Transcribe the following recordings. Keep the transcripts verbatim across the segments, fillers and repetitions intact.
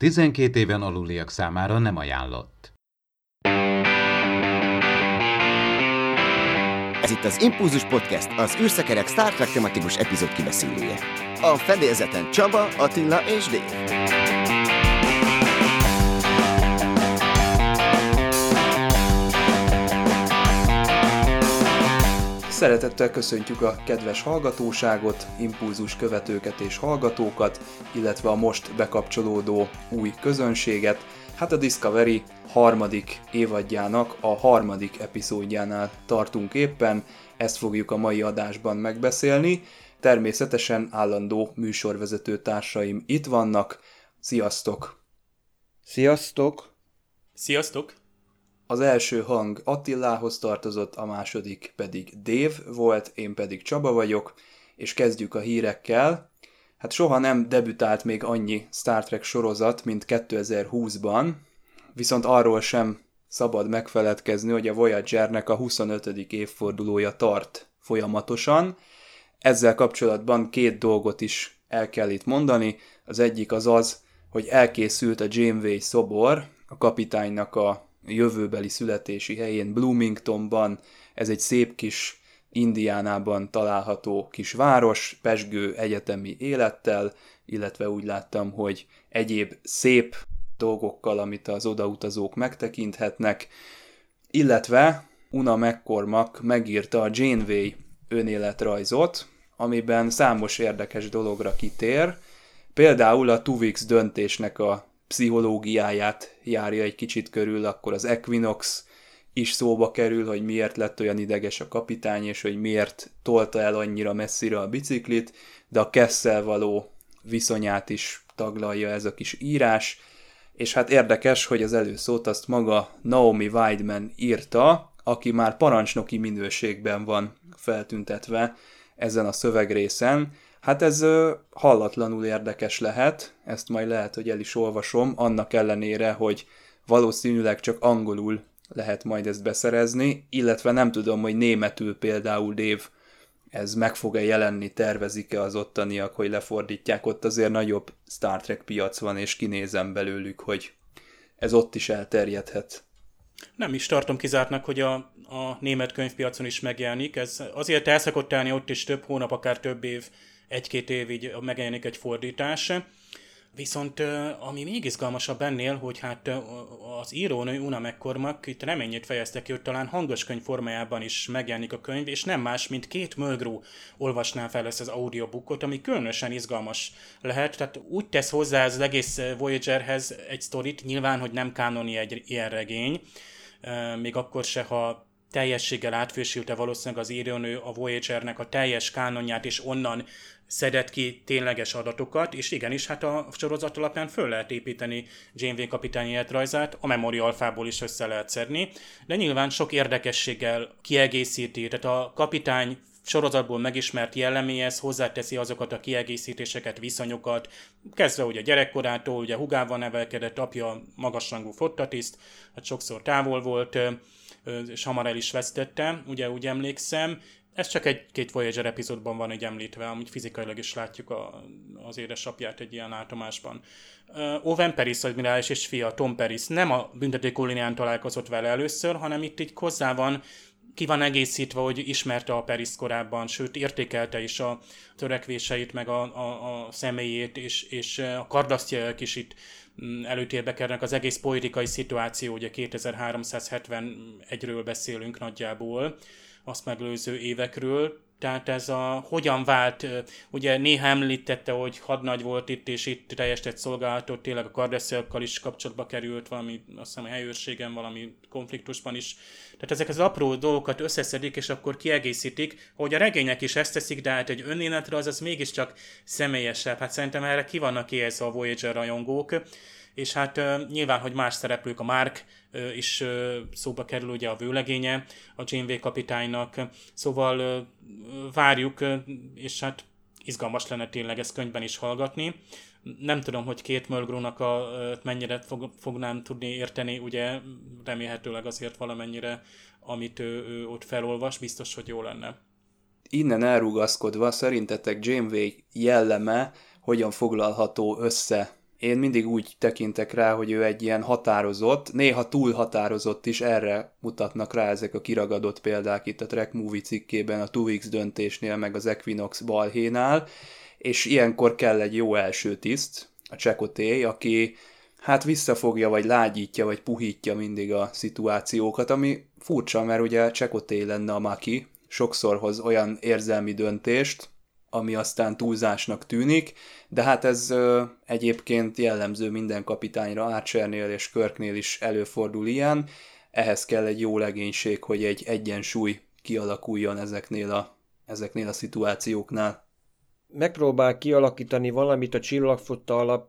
tizenkét éven aluliak számára nem ajánlott. Ez itt az Impulzus Podcast, az űrszekerek Star Trek tematikus epizód kibeszélője. A fedélzeten Csaba, Attila és Dave. Szeretettel köszöntjük a kedves hallgatóságot, impulzus követőket és hallgatókat, illetve a most bekapcsolódó új közönséget. Hát a Discovery harmadik évadjának a harmadik epizódjánál tartunk éppen, ezt fogjuk a mai adásban megbeszélni. Természetesen állandó műsorvezető társaim itt vannak. Sziasztok! Sziasztok! Sziasztok! Az első hang Attilához tartozott, a második pedig Dave volt, én pedig Csaba vagyok, és kezdjük a hírekkel. Hát soha nem debütált még annyi Star Trek sorozat, mint kétezer-húszban, viszont arról sem szabad megfeledkezni, hogy a Voyagernek a huszonötödik évfordulója tart folyamatosan. Ezzel kapcsolatban két dolgot is el kell itt mondani. Az egyik az az, hogy elkészült a Janeway szobor, a kapitánynak a jövőbeli születési helyén Bloomingtonban. Ez egy szép kis Indiánában található kis város, pezsgő egyetemi élettel, illetve úgy láttam, hogy egyéb szép dolgokkal, amit az odautazók megtekinthetnek, illetve Una McCormack megírta a Janeway önéletrajzot, amiben számos érdekes dologra kitér, például a Tuvix döntésnek a pszichológiáját járja egy kicsit körül, akkor az Equinox is szóba kerül, hogy miért lett olyan ideges a kapitány, és hogy miért tolta el annyira messzire a biciklit, de a Cass-szel való viszonyát is taglalja ez a kis írás, és hát érdekes, hogy az előszót azt maga Naomi Weidman írta, aki már parancsnoki minőségben van feltüntetve ezen a szövegrészen. Hát ez ö, hallatlanul érdekes lehet, ezt majd lehet, hogy el is olvasom, annak ellenére, hogy valószínűleg csak angolul lehet majd ezt beszerezni, illetve nem tudom, hogy németül például, Dave, ez meg fog-e jelenni, tervezik-e az ottaniak, hogy lefordítják, ott azért nagyobb Star Trek piac van, és kinézem belőlük, hogy ez ott is elterjedhet. Nem is tartom kizártnak, hogy a, a német könyvpiacon is megjelenik. Ez azért el szokott állni ott is több hónap, akár több év, egy-két év így megjelenik egy fordítás. Viszont ami még izgalmasabb ennél, hogy hát az írónő Una McCormack itt reményét fejezte ki, hogy talán hangos könyv formájában is megjelenik a könyv, és nem más, mint két Mulgrew olvasná fel ezt az audiobookot, ami különösen izgalmas lehet. Tehát úgy tesz hozzá az egész Voyagerhez egy sztorit, nyilván, hogy nem kánoni egy ilyen regény, még akkor se, ha teljességgel átfősülte valószínűleg az írónő a Voyagernek a teljes kánonját, és onnan szedett ki tényleges adatokat, és igenis, hát a sorozat alapján föl lehet építeni Janeway kapitány életrajzát, a Memory Alphából is össze lehet szedni, de nyilván sok érdekességgel kiegészíti, tehát a kapitány sorozatból megismert jelleméhez hozzáteszi azokat a kiegészítéseket, viszonyokat, kezdve ugye gyerekkorától, ugye hugával nevelkedett, apja magasrangú flottatiszt, hát sokszor távol volt, és hamar el is vesztette, ugye úgy emlékszem. Ez csak egy-két Voyager epizódban van egy említve, amit fizikailag is látjuk a, az édesapját egy ilyen látomásban. Uh, Owen Paris admirális és fia, Tom Paris nem a büntetőkolónián találkozott vele először, hanem itt így hozzá van, ki van egészítve, hogy ismerte a Paris korábban, sőt értékelte is a törekvéseit, meg a, a, a személyét, és, és a kardasztjaiak is itt előtérbe kerülnek, az egész politikai szituáció, ugye kétezer-háromszázhetvenegyről beszélünk nagyjából, azt megelőző évekről, tehát ez a hogyan vált, ugye néha említette, hogy hadnagy volt itt, és itt teljesített szolgálatot, tényleg a kardasziakkal is kapcsolatba került, valami, azt hiszem a helyőrségen, valami konfliktusban is. Tehát ezek az apró dolgokat összeszedik, és akkor kiegészítik, hogy a regények is ezt teszik, de hát egy önéletre az, az mégiscsak személyesebb. Hát szerintem erre ki vannak éhezve a Voyager rajongók, és hát uh, nyilván, hogy más szereplők, a Mark uh, is uh, szóba kerül, ugye a vőlegénye a Janeway kapitánynak, szóval uh, várjuk, uh, és hát izgalmas lenne tényleg ezt könyvben is hallgatni. Nem tudom, hogy két Mulgrewnak a uh, mennyire fog, fognám tudni érteni, ugye remélhetőleg azért valamennyire, amit ő, ő ott felolvas, biztos, hogy jó lenne. Innen elrugaszkodva, szerintetek Janeway jelleme hogyan foglalható össze Én mindig úgy tekintek rá, hogy ő egy ilyen határozott, néha túl határozott is, erre mutatnak rá ezek a kiragadott példák itt a Track Movie cikkében, a two X döntésnél, meg az Equinox balhénál, és ilyenkor kell egy jó első tiszt, a Chakotay, aki hát visszafogja, vagy lágyítja, vagy puhítja mindig a szituációkat, ami furcsa, mert ugye Chakotay lenne a Maki, sokszor hoz olyan érzelmi döntést, ami aztán túlzásnak tűnik, de hát ez ö, egyébként jellemző minden kapitányra, Archernél és Kirknél is előfordul ilyen, ehhez kell egy jó legénység, hogy egy egyensúly kialakuljon ezeknél a, ezeknél a szituációknál. Megpróbál kialakítani valamit a csillagflotta alap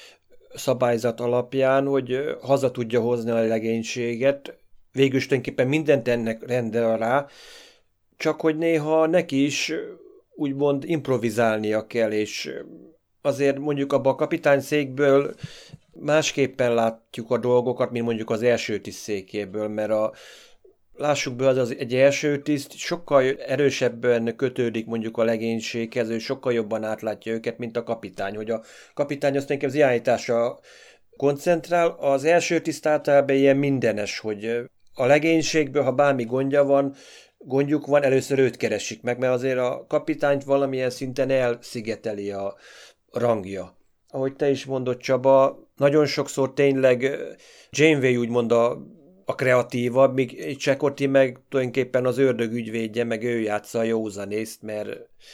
szabályzat alapján, hogy haza tudja hozni a legénységet. Végülis tulajdonképpen mindent ennek rendel rá, csak hogy néha neki is úgymond improvizálnia kell, és azért mondjuk abban a kapitányszékből másképpen látjuk a dolgokat, mint mondjuk az első tiszt székéből, mert a lássuk be, az, az egy első tiszt sokkal erősebben kötődik mondjuk a legénységhez, ő sokkal jobban átlátja őket, mint a kapitány, hogy a kapitány azt nekem az irányításra koncentrál, az első tiszt általában ilyen mindenes, hogy a legénységből, ha bármi gondja van, gondjuk van, először őt keresik meg, mert azért a kapitányt valamilyen szinten elszigeteli a rangja. Ahogy te is mondod, Csaba, nagyon sokszor tényleg Janeway úgymond a, a kreatívabb, míg Chakotay meg tulajdonképpen az ördög ügyvédje, meg ő játsza a józanészt, mert,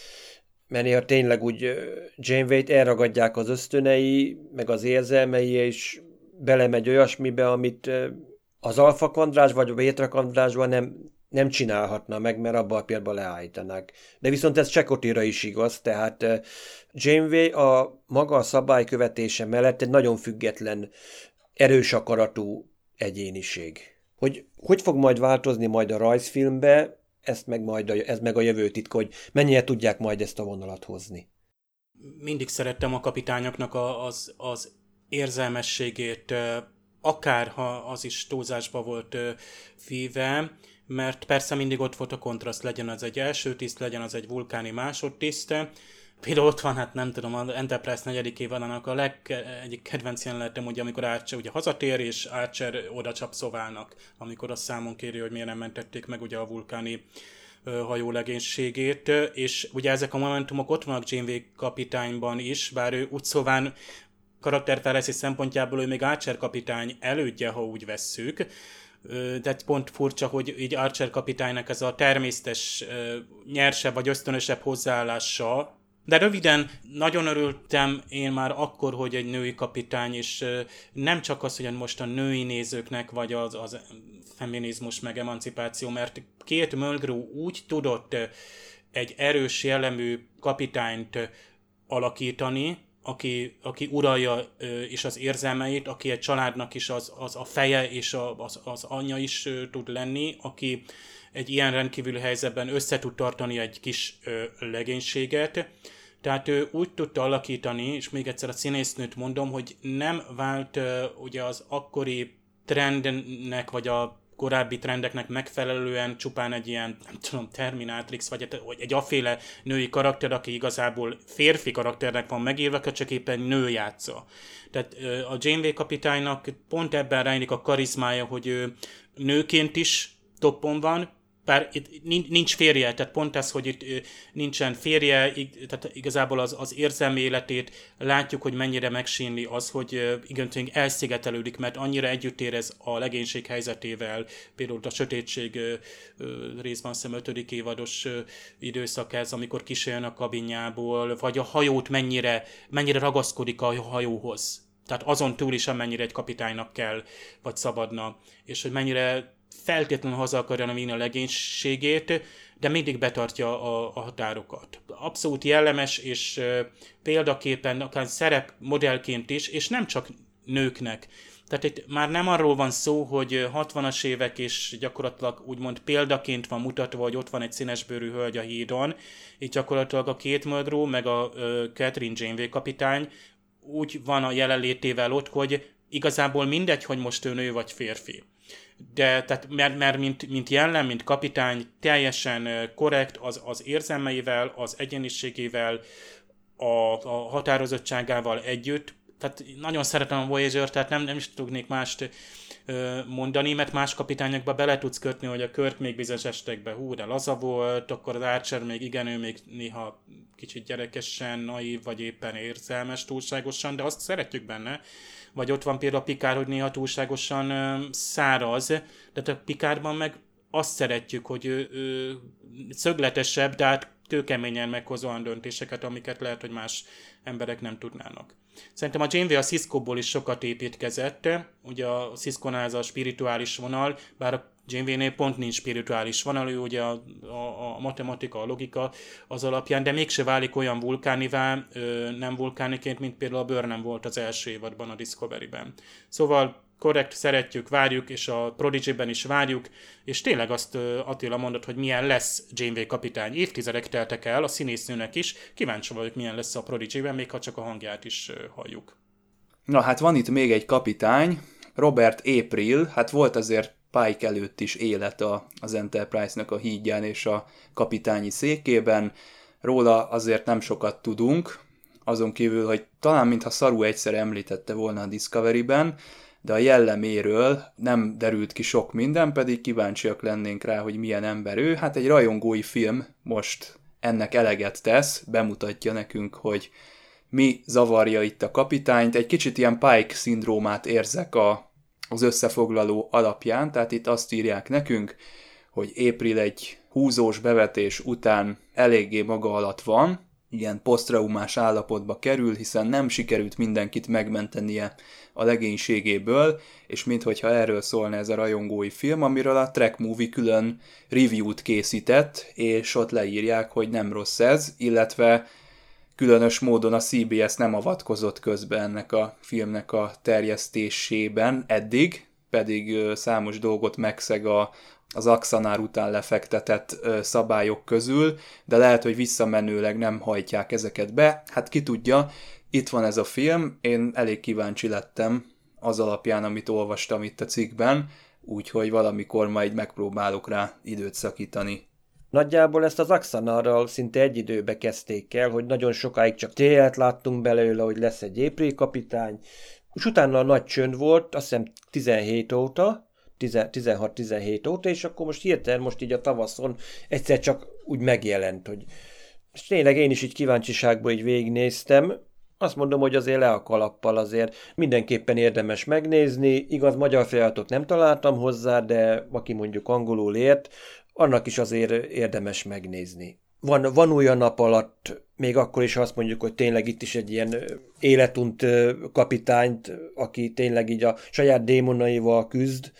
mert néha tényleg úgy Janewayt elragadják az ösztönei, meg az érzelmei, és belemegy olyasmibe, amit az alfa kandrás vagy a béta kandrásban nem nem csinálhatna meg, mert abban a pillanatban leállítanák. De viszont ez Chakotayra is igaz, tehát Janeway a maga a szabálykövetése mellett egy nagyon független, erős akaratú egyéniség. Hogy hogy fog majd változni majd a rajzfilmbe, ezt meg majd a, ez meg a jövő titka, hogy mennyire tudják majd ezt a vonalat hozni. Mindig szerettem a kapitányoknak a, az, az érzelmességét, akár ha az is túlzásba volt víve, mert persze mindig ott volt a kontraszt, legyen az egy első tiszt, legyen az egy vulkáni másodtiszt. Például ott van, hát nem tudom, az Enterprise negyedik évadának a leg, egyik kedvenc jelenetem, ugye, amikor Archer ugye hazatér, és Archer oda csap Szovának, amikor azt számon kéri, hogy miért nem mentették meg ugye a vulkáni hajó legénységét, és ugye ezek a momentumok ott vannak Janeway kapitányban is, bár ő úgy szóván karakterfejlesztés szempontjából ő még Archer kapitány elődje, ha úgy vesszük, de pont furcsa, hogy így Archer kapitánynak ez a természetes, nyersebb vagy ösztönösebb hozzáállása. De röviden, nagyon örültem én már akkor, hogy egy női kapitány, és nem csak az, hogy most a női nézőknek, vagy az, az feminizmus meg emancipáció, mert két Mulgrew úgy tudott egy erős jellemű kapitányt alakítani, Aki, aki uralja ö, is az érzelmeit, aki egy családnak is az, az a feje és a, az, az anyja is ö, tud lenni, aki egy ilyen rendkívüli helyzetben össze tud tartani egy kis ö, legénységet. Tehát ő úgy tudta alakítani, és még egyszer a színésznőt mondom, hogy nem vált ö, ugye az akkori trendnek, vagy a korábbi trendeknek megfelelően csupán egy ilyen, nem tudom, Terminatrix, vagy egy aféle női karakter, aki igazából férfi karakternek van megírva, csak éppen nő játsza. Tehát a Janeway kapitánynak pont ebben rejlik a karizmája, hogy ő nőként is toppon van, bár itt nincs férje, tehát pont ez, hogy itt nincsen férje, tehát igazából az, az érzelmi életét látjuk, hogy mennyire megsínli az, hogy igen, elszigetelődik, mert annyira együtt érez a legénység helyzetével, például a sötétség részben szem ötödik évados időszak ez, amikor kísérjön a kabinjából, vagy a hajót mennyire, mennyire ragaszkodik a hajóhoz. Tehát azon túl is, amennyire egy kapitánynak kell, vagy szabadna, és hogy mennyire feltétlenül haza akarja vinni a legénységét, de mindig betartja a, a határokat. Abszolút jellemes, és uh, példaképpen, akár szerep modellként is, és nem csak nőknek. Tehát itt már nem arról van szó, hogy hatvanas évek, és gyakorlatilag úgymond példaként van mutatva, hogy ott van egy színesbőrű hölgy a hídon. Itt gyakorlatilag a Kate Mulgrew, meg a uh, Catherine Janeway kapitány úgy van a jelenlétével ott, hogy igazából mindegy, hogy most ő nő vagy férfi. De tehát, mert, mert mint, mint jellem, mint kapitány teljesen korrekt az, az érzelmeivel, az egyéniségével, a, a határozottságával együtt, tehát nagyon szeretem a Voyager, tehát nem, nem is tudnék mást ö, mondani, mert más kapitányokba bele tudsz kötni, hogy a Kirk még bizonyos estekben hú, de laza volt, akkor az Archer még igen, ő még néha kicsit gyerekesen, naív, vagy éppen érzelmes túlságosan, de azt szeretjük benne. Vagy ott van például a Picard, hogy néha túlságosan ö, száraz, de a Picardban meg azt szeretjük, hogy ő, ő szögletesebb, de hát kőkeményen meghoz olyan döntéseket, amiket lehet, hogy más emberek nem tudnának. Szerintem a Janeway a Siskoból is sokat építkezett, ugye a Siskónál ez a spirituális vonal, bár a Janeway-nél pont nincs spirituális vonal, ő ugye a, a, a matematika, a logika az alapján, de mégse válik olyan vulkánivá, nem vulkániként, mint például a Burnham volt az első évadban a Discovery-ben. Szóval korrekt, szeretjük, várjuk, és a Prodigy-ben is várjuk, és tényleg azt Attila mondott, hogy milyen lesz Janeway kapitány. Évtizedek teltek el, a színésznőnek is. Kíváncsi vagyok, milyen lesz a Prodigy-ben, még ha csak a hangját is halljuk. Na hát van itt még egy kapitány, Robert April, hát volt azért Pike előtt is élet a, az Enterprise-nak a hídján és a kapitányi székében. Róla azért nem sokat tudunk, azon kívül, hogy talán mintha Saru egyszer említette volna a Discovery-ben, de a jelleméről nem derült ki sok minden, pedig kíváncsiak lennénk rá, hogy milyen ember ő. Hát egy rajongói film most ennek eleget tesz, bemutatja nekünk, hogy mi zavarja itt a kapitányt. Egy kicsit ilyen Pike-szindrómát érzek a, az összefoglaló alapján, tehát itt azt írják nekünk, hogy April egy húzós bevetés után eléggé maga alatt van, ilyen posztraumás állapotba kerül, hiszen nem sikerült mindenkit megmentenie a legénységéből, és minthogyha erről szólna ez a rajongói film, amiről a Trek Movie külön review-t készített, és ott leírják, hogy nem rossz ez, illetve különös módon a cé bé es nem avatkozott közbe ennek a filmnek a terjesztésében eddig, pedig számos dolgot megszeg a az Axanar után lefektetett ö, szabályok közül, de lehet, hogy visszamenőleg nem hajtják ezeket be. Hát ki tudja, itt van ez a film, én elég kíváncsi lettem az alapján, amit olvastam itt a cikkben, úgyhogy valamikor majd megpróbálok rá időt szakítani. Nagyjából ezt az Axanarral szinte egy időbe kezdték el, hogy nagyon sokáig csak télet láttunk belőle, hogy lesz egy April kapitány, és utána a nagy csönd volt, azt hiszem tizenhét óta, tizenhat-tizenhét óta, és akkor most hirtelen, most így a tavaszon egyszer csak úgy megjelent, hogy és tényleg én is így kíváncsiságból így végignéztem. Azt mondom, hogy azért le a kalappal azért mindenképpen érdemes megnézni. Igaz, magyar feliratot nem találtam hozzá, de aki mondjuk angolul ért, annak is azért érdemes megnézni. Van, van olyan nap alatt, még akkor is azt mondjuk, hogy tényleg itt is egy ilyen életunt kapitányt, aki tényleg így a saját démonaival küzd,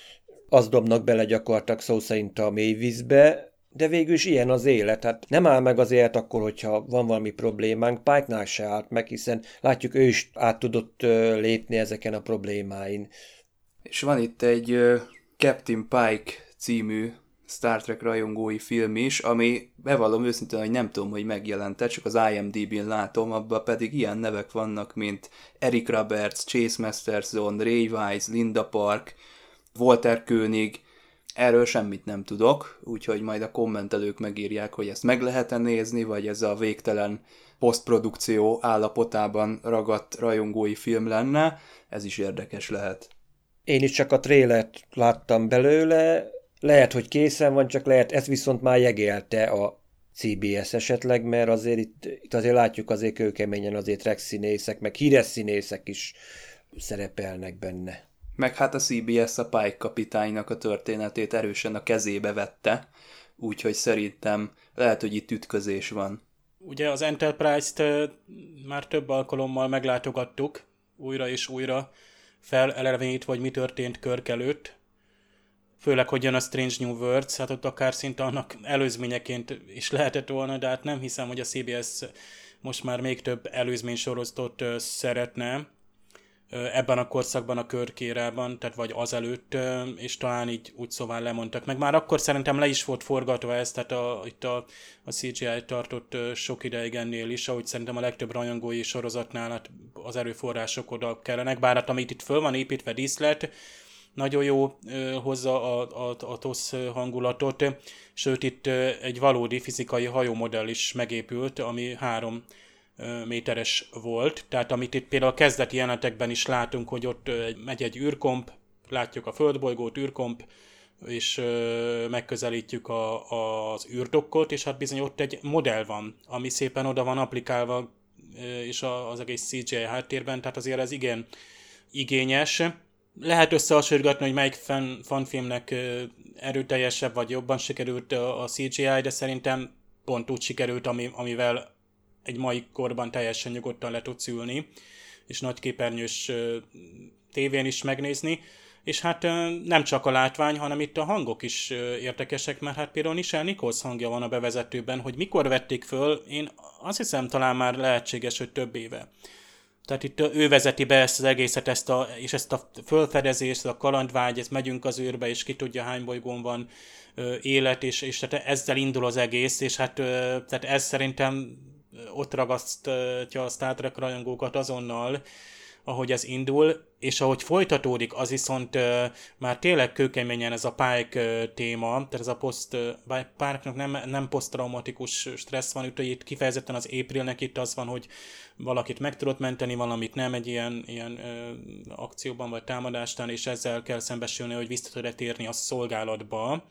azt dobnak bele gyakorlatilag szó szerint a mélyvízbe, de végül is ilyen az élet. Hát nem áll meg az élet akkor, hogyha van valami problémánk, Pike-nál se állt meg, hiszen látjuk, ő is át tudott lépni ezeken a problémáin. És van itt egy uh, Captain Pike című Star Trek rajongói film is, ami bevallom őszintén, hogy nem tudom, hogy megjelent, csak az I M D B-n látom, abban pedig ilyen nevek vannak, mint Eric Roberts, Chase Masterson, Ray Wise, Linda Park, Walter Koenig, erről semmit nem tudok, úgyhogy majd a kommentelők megírják, hogy ezt meg lehet-e nézni, vagy ez a végtelen posztprodukció állapotában ragadt rajongói film lenne, ez is érdekes lehet. Én is csak a trélert láttam belőle, lehet, hogy készen van, csak lehet, ez viszont már jegélte a cé bé es esetleg, mert azért itt, itt azért látjuk azért kőkeményen azért Trek színészek, meg híres színészek is szerepelnek benne. Meg hát a cé bé es a Pike kapitánynak a történetét erősen a kezébe vette, úgyhogy szerintem lehet, hogy itt ütközés van. Ugye az Enterprise-t már több alkalommal meglátogattuk, újra és újra felelevenítve, hogy mi történt Kirk előtt. Főleg, hogy jön a Strange New Worlds, hát ott akár szinte annak előzményeként is lehetett volna, de hát nem hiszem, hogy a cé bé es most már még több előzménysorozatot szeretne ebben a korszakban, a Kirk-érában, tehát vagy azelőtt, és talán így úgy szóval lemondtak meg. Már akkor szerintem le is volt forgatva ez, tehát a, itt a, a cé gé í tartott sok ideig ennél is, ahogy szerintem a legtöbb rajongói sorozatnál hát az erőforrások oda kellenek, bár hát amit itt föl van építve díszlet, nagyon jó hozza a, a, a TOSZ hangulatot, sőt itt egy valódi fizikai hajómodell is megépült, ami három méteres volt, tehát amit itt például a kezdeti jelenetekben is látunk, hogy ott megy egy űrkomp, látjuk a földbolygót, űrkomp, és ö, megközelítjük a, a, az űrdokkot, és hát bizony ott egy modell van, ami szépen oda van applikálva, ö, és a, az egész cé gé i háttérben, tehát azért ez igen igényes. Lehet összehasonlítani, hogy melyik fan, fanfilmnek ö, erőteljesebb, vagy jobban sikerült a, a cé gé i, de szerintem pont úgy sikerült, ami, amivel egy mai korban teljesen nyugodtan le tudsz ülni, és nagyképernyős ö, tévén is megnézni. És hát nem csak a látvány, hanem itt a hangok is érdekesek, mert hát például Nichelle Nichols hangja van a bevezetőben, hogy mikor vették föl, én azt hiszem talán már lehetséges, hogy több éve. Tehát itt ő vezeti be ezt az egészet, ezt a, és ezt a fölfedezést, a kalandvágy, ezt megyünk az űrbe, és ki tudja hány bolygón van ö, élet, és, és tehát ezzel indul az egész, és hát ö, tehát ez szerintem ott ragasztja a Star Trek rajongókat azonnal, ahogy ez indul, és ahogy folytatódik, az viszont uh, már tényleg kőkeményen ez a Pike uh, téma, tehát ez a poszt, uh, Pike-nak nem, nem posztraumatikus stressz van, itt kifejezetten az Aprilnek itt az van, hogy valakit meg tudott menteni, valamit nem egy ilyen, ilyen uh, akcióban vagy támadástán, és ezzel kell szembesülni, hogy vissza tud térni a szolgálatba.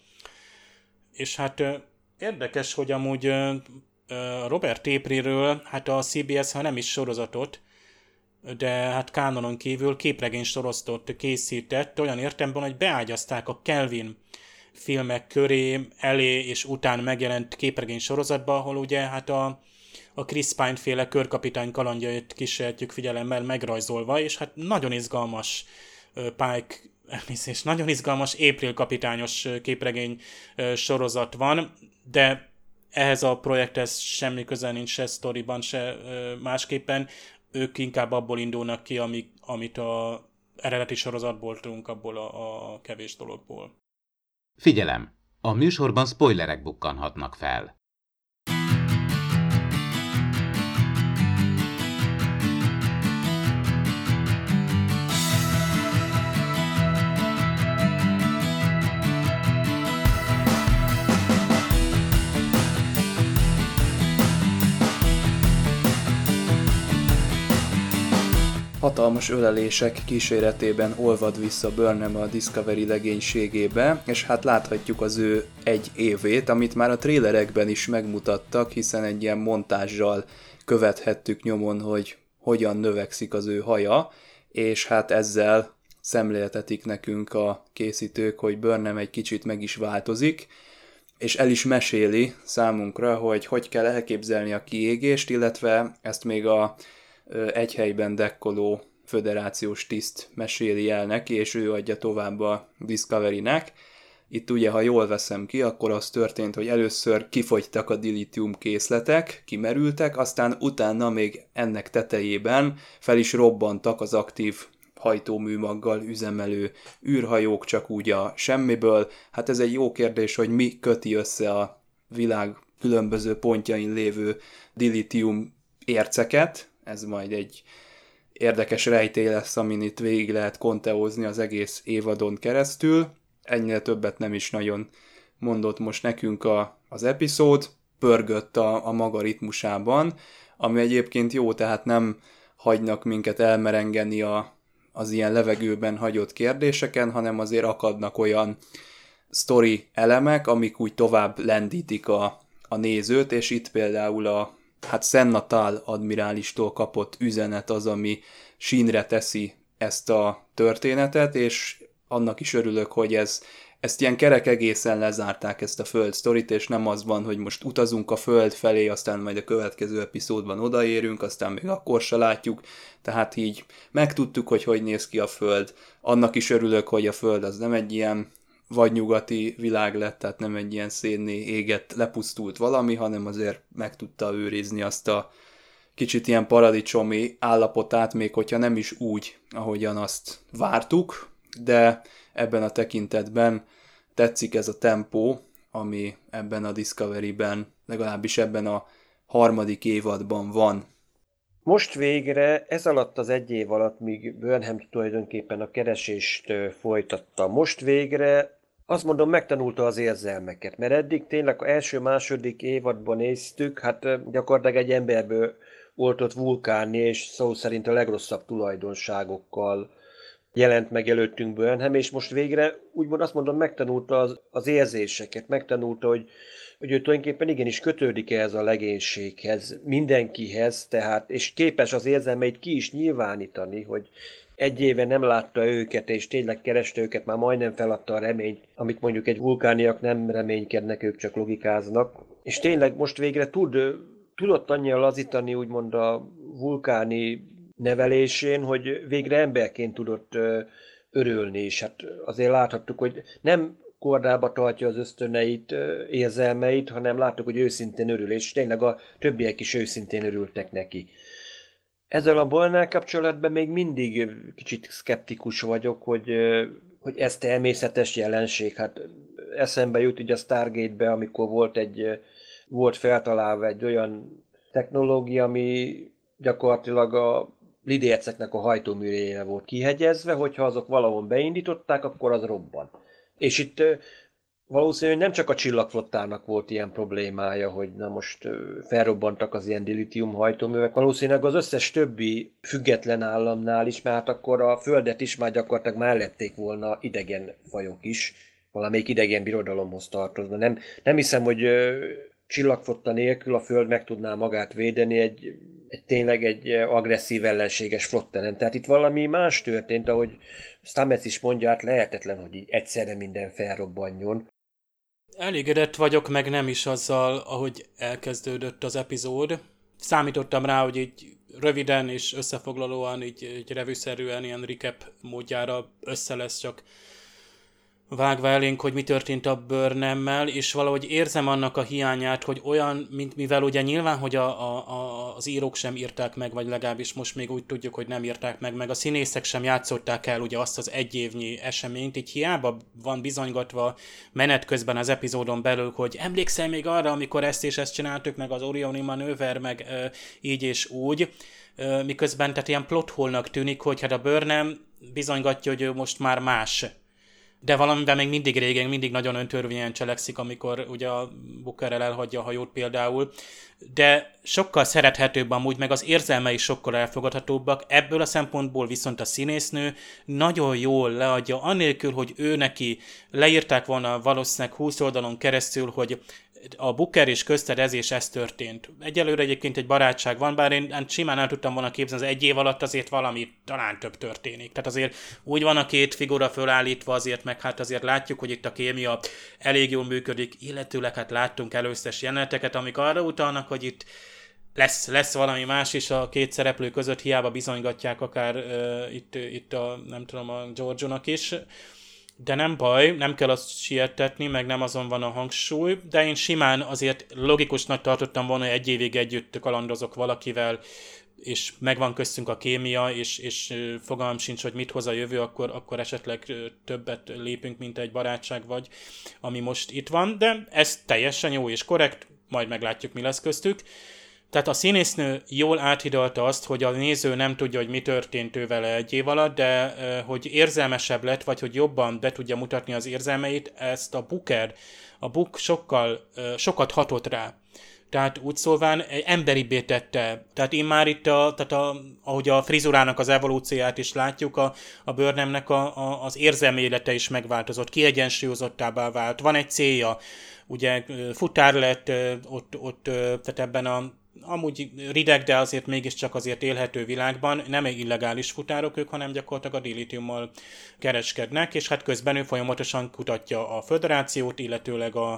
És hát uh, érdekes, hogy amúgy uh, uh, Robert Aprilről, hát a cé bé es, ha nem is sorozatot, de hát kánonon kívül képregény sorozatot készített, olyan értelemben, hogy beágyazták a Kelvin filmek köré, elé és után megjelent képregény sorozatba, ahol ugye hát a, a Chris Pine féle körkapitány kalandjait kísérhetjük figyelemmel megrajzolva, és hát nagyon izgalmas Pike, és nagyon izgalmas April kapitányos képregény sorozat van, de ehhez a projekthez semmi köze nincs se sztoriban, se másképpen. Ők inkább abból indulnak ki, ami, amit az eredeti sorozatból tudunk, abból a, a kevés dologból. Figyelem! A műsorban spoilerek bukkanhatnak fel. Hatalmas ölelések kíséretében olvad vissza Burnham a Discovery legénységébe, és hát láthatjuk az ő egy évét, amit már a trélerekben is megmutattak, hiszen egy ilyen montázsal követhettük nyomon, hogy hogyan növekszik az ő haja, és hát ezzel szemléltetik nekünk a készítők, hogy Burnham egy kicsit meg is változik, és el is meséli számunkra, hogy hogy kell elképzelni a kiégést, illetve ezt még a egy helyben dekkoló föderációs tiszt meséli el neki, és ő adja tovább a Discovery-nek. Itt ugye, ha jól veszem ki, akkor az történt, hogy először kifogytak a dilithium készletek, kimerültek, aztán utána még ennek tetejében fel is robbantak az aktív hajtóműmaggal üzemelő űrhajók csak úgy a semmiből. Hát ez egy jó kérdés, hogy mi köti össze a világ különböző pontjain lévő dilithium érceket. Ez majd egy érdekes rejtély lesz, amin itt végig lehet konteózni az egész évadon keresztül. Ennyire többet nem is nagyon mondott most nekünk a, az epizód. Pörgött a, a maga ritmusában, ami egyébként jó, tehát nem hagynak minket elmerengeni a, az ilyen levegőben hagyott kérdéseken, hanem azért akadnak olyan sztori elemek, amik úgy tovább lendítik a, a nézőt, és itt például a hát Sen-Natal admirálistól kapott üzenet az, ami sínre teszi ezt a történetet, és annak is örülök, hogy ez, ezt ilyen kerek egészen lezárták ezt a Föld sztorit, és nem az van, hogy most utazunk a Föld felé, aztán majd a következő epizódban odaérünk, aztán még akkor se látjuk, tehát így megtudtuk, hogy hogy néz ki a Föld. Annak is örülök, hogy a Föld az nem egy ilyen vagy nyugati világ lett, tehát nem egy ilyen szénné égett, lepusztult valami, hanem azért meg tudta őrizni azt a kicsit ilyen paradicsomi állapotát, még hogyha nem is úgy, ahogyan azt vártuk, de ebben a tekintetben tetszik ez a tempó, ami ebben a Discovery-ben, legalábbis ebben a harmadik évadban van. Most végre, ez alatt az egy év alatt, míg Burnham tulajdonképpen a keresést folytatta, most végre azt mondom, megtanulta az érzelmeket, mert eddig tényleg az első-második évadban néztük, hát gyakorlatilag egy emberből volt ott vulkánni, és szó szerint a legrosszabb tulajdonságokkal jelent meg előttünk Burnham, és most végre úgymond azt mondom, megtanulta az, az érzéseket, megtanulta, hogy, hogy ő tulajdonképpen igenis kötődik ehhez a legénységhez, mindenkihez, tehát, és képes az érzelmeit ki is nyilvánítani, hogy egy éve nem látta őket, és tényleg kereste őket, már majdnem feladta a reményt, amit mondjuk egy vulkániak nem reménykednek, ők csak logikáznak. És tényleg most végre tud, tudott annyira lazítani úgymond a vulkáni nevelésén, hogy végre emberként tudott örülni, és hát azért láthattuk, hogy nem kordába tartja az ösztöneit, érzelmeit, hanem láttuk, hogy őszintén örül, és tényleg a többiek is őszintén örültek neki. Ezzel a Boyle-nál kapcsolatban még mindig kicsit szkeptikus vagyok, hogy, hogy ez természetes jelenség. Hát eszembe jut így a Stargate-be, amikor volt, egy, volt feltalálva egy olyan technológia, ami gyakorlatilag a lidérceknek a hajtóművére volt kihegyezve, hogyha azok valahol beindították, akkor az robban. És itt valószínűleg nem csak a csillagflottának volt ilyen problémája, hogy na most felrobbantak az ilyen dilitium hajtóművek, valószínűleg az összes többi független államnál is, mert akkor a Földet is már gyakorlatilag mellették volna idegen fajok is, valamelyik idegen birodalomhoz tartozna. Nem, nem hiszem, hogy csillagflotta nélkül a Föld meg tudná magát védeni egy, egy tényleg egy agresszív ellenséges flottelen. Tehát itt valami más történt, ahogy Stamets is mondja, hát lehetetlen, hogy így egyszerre minden felrobbanjon. Elégedett vagyok, meg nem is azzal, ahogy elkezdődött az epizód. Számítottam rá, hogy így röviden és összefoglalóan, így, így revűszerűen, ilyen recap módjára össze lesz csak vágva elénk, hogy mi történt a Burnhammel, és valahogy érzem annak a hiányát, hogy olyan, mint mivel ugye nyilván, hogy a, a, a, az írók sem írták meg, vagy legalábbis most még úgy tudjuk, hogy nem írták meg, meg a színészek sem játszották el ugye azt az egyévnyi eseményt, így hiába van bizonygatva menet közben az epizódon belül, hogy emlékszel még arra, amikor ezt és ezt csináltuk, meg az Orioni manőver, meg ö, így és úgy, ö, miközben tehát ilyen plot hole-nak tűnik, hogy hát a Burnham bizonygatja, hogy ő most már más. De valamiben még mindig régen, mindig nagyon öntörvényen cselekszik, amikor ugye a Bookerrel elhagyja a hajót például. De sokkal szerethetőbb amúgy, meg az érzelmei sokkal elfogadhatóbbak. Ebből a szempontból viszont a színésznő nagyon jól leadja, annélkül, hogy ő neki leírták volna valószínűleg húsz oldalon keresztül, hogy a Booker és közted ez és ez történt. Egyelőre egyébként egy barátság van, bár én simán el tudtam volna képzelni, az egy év alatt azért valami talán több történik. Tehát azért úgy van a két figura fölállítva azért, meg hát azért látjuk, hogy itt a kémia elég jól működik, illetőleg hát láttunk előszes jeleneteket, amik arra utalnak, hogy itt lesz, lesz valami más is a két szereplő között, hiába bizonygatják akár uh, itt, itt a, nem tudom, a Giorgio-nak is. De nem baj, nem kell azt siettetni, meg nem azon van a hangsúly, de én simán azért logikusnak tartottam volna, hogy egy évig együtt kalandozok valakivel, és megvan köztünk a kémia, és, és fogalmam sincs, hogy mit hoz a jövő, akkor, akkor esetleg többet lépünk, mint egy barátság vagy, ami most itt van, de ez teljesen jó és korrekt, majd meglátjuk, mi lesz köztük. Tehát a színésznő jól áthidalta azt, hogy a néző nem tudja, hogy mi történt ő vele egy év alatt, de hogy érzelmesebb lett, vagy hogy jobban be tudja mutatni az érzelmeit, ezt a Booker, a Book sokkal, sokat hatott rá. Tehát úgy szólván emberibbé tette. Tehát én már itt, a, tehát a, ahogy a frizurának az evolúcióját is látjuk, a, a Burnhamnek a, a, az érzelmi élete is megváltozott, kiegyensúlyozottabbá vált. Van egy célja, ugye futár lett ott, ott tehát ebben a amúgy rideg, de azért mégiscsak azért élhető világban, nem egy illegális futárok ők, hanem gyakorlatilag a dilitiummal kereskednek, és hát közben ő folyamatosan kutatja a Föderációt, illetőleg a,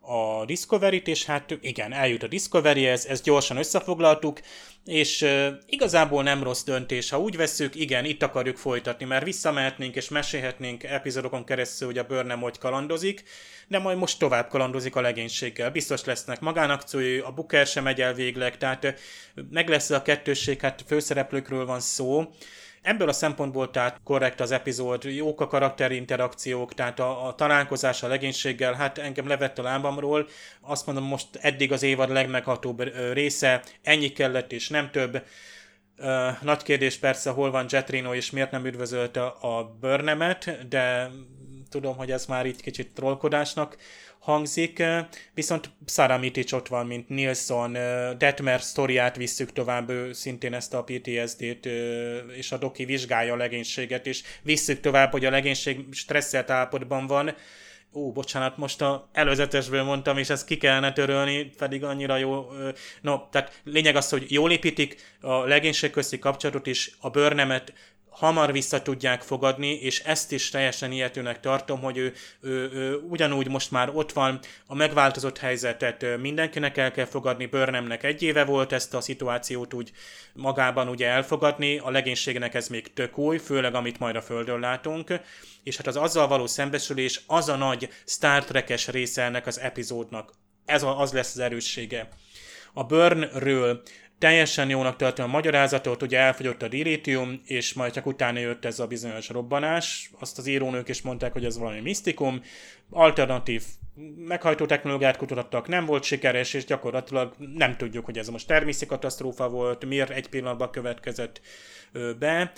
a Discovery-t, és hát igen, eljut a Discovery-hez, ezt gyorsan összefoglaltuk, és uh, igazából nem rossz döntés, ha úgy vesszük, igen, itt akarjuk folytatni, mert visszamehetnénk és mesélhetnénk epizódokon keresztül, hogy a Burnham hogy kalandozik, de majd most tovább kalandozik a legénységgel. Biztos lesznek magánakciói, a Booker sem megy el végleg, tehát meg lesz a kettősség, hát főszereplőkről van szó. Ebből a szempontból tehát korrekt az epizód, jók a karakterinterakciók, tehát a, a találkozás a legénységgel, hát engem levett a lábamról. Azt mondom, most eddig az évad legmeghatóbb része, ennyi kellett és nem több. Uh, nagy kérdés persze, hol van Jet Reno és miért nem üdvözölte a Burnhamet, de tudom, hogy ez már így kicsit trollkodásnak hangzik, viszont Sara Mitic ott van, mint Nilsson, Detmer sztoriát visszük tovább, szintén ezt a pé té es dét, és a doki vizsgálja a legénységet, és visszük tovább, hogy a legénység stresszelt állapotban van. Ó, bocsánat, most a előzetesből mondtam, és ezt ki kellene törölni, pedig annyira jó. No, tehát lényeg az, hogy jól építik a legénység közti kapcsolatot, és a Burnhamet hamar vissza tudják fogadni, és ezt is teljesen ilyetőnek tartom, hogy ő, ő, ő ugyanúgy most már ott van, a megváltozott helyzetet mindenkinek el kell fogadni, Burnhamnek egy éve volt ezt a szituációt úgy magában ugye elfogadni, a legénységnek ez még tök új, főleg amit majd a Földön látunk, és hát az azzal való szembesülés az a nagy Star Trek-es része ennek az epizódnak. Ez az lesz az erőssége. A Burnről teljesen jónak tartom a magyarázatot, ugye elfogyott a dilithium, és majd csak utána jött ez a bizonyos robbanás. Azt az írónők is mondták, hogy ez valami misztikum. Alternatív meghajtó technológiát kutattak, nem volt sikeres, és gyakorlatilag nem tudjuk, hogy ez most természeti katasztrófa volt, miért egy pillanatban következett be.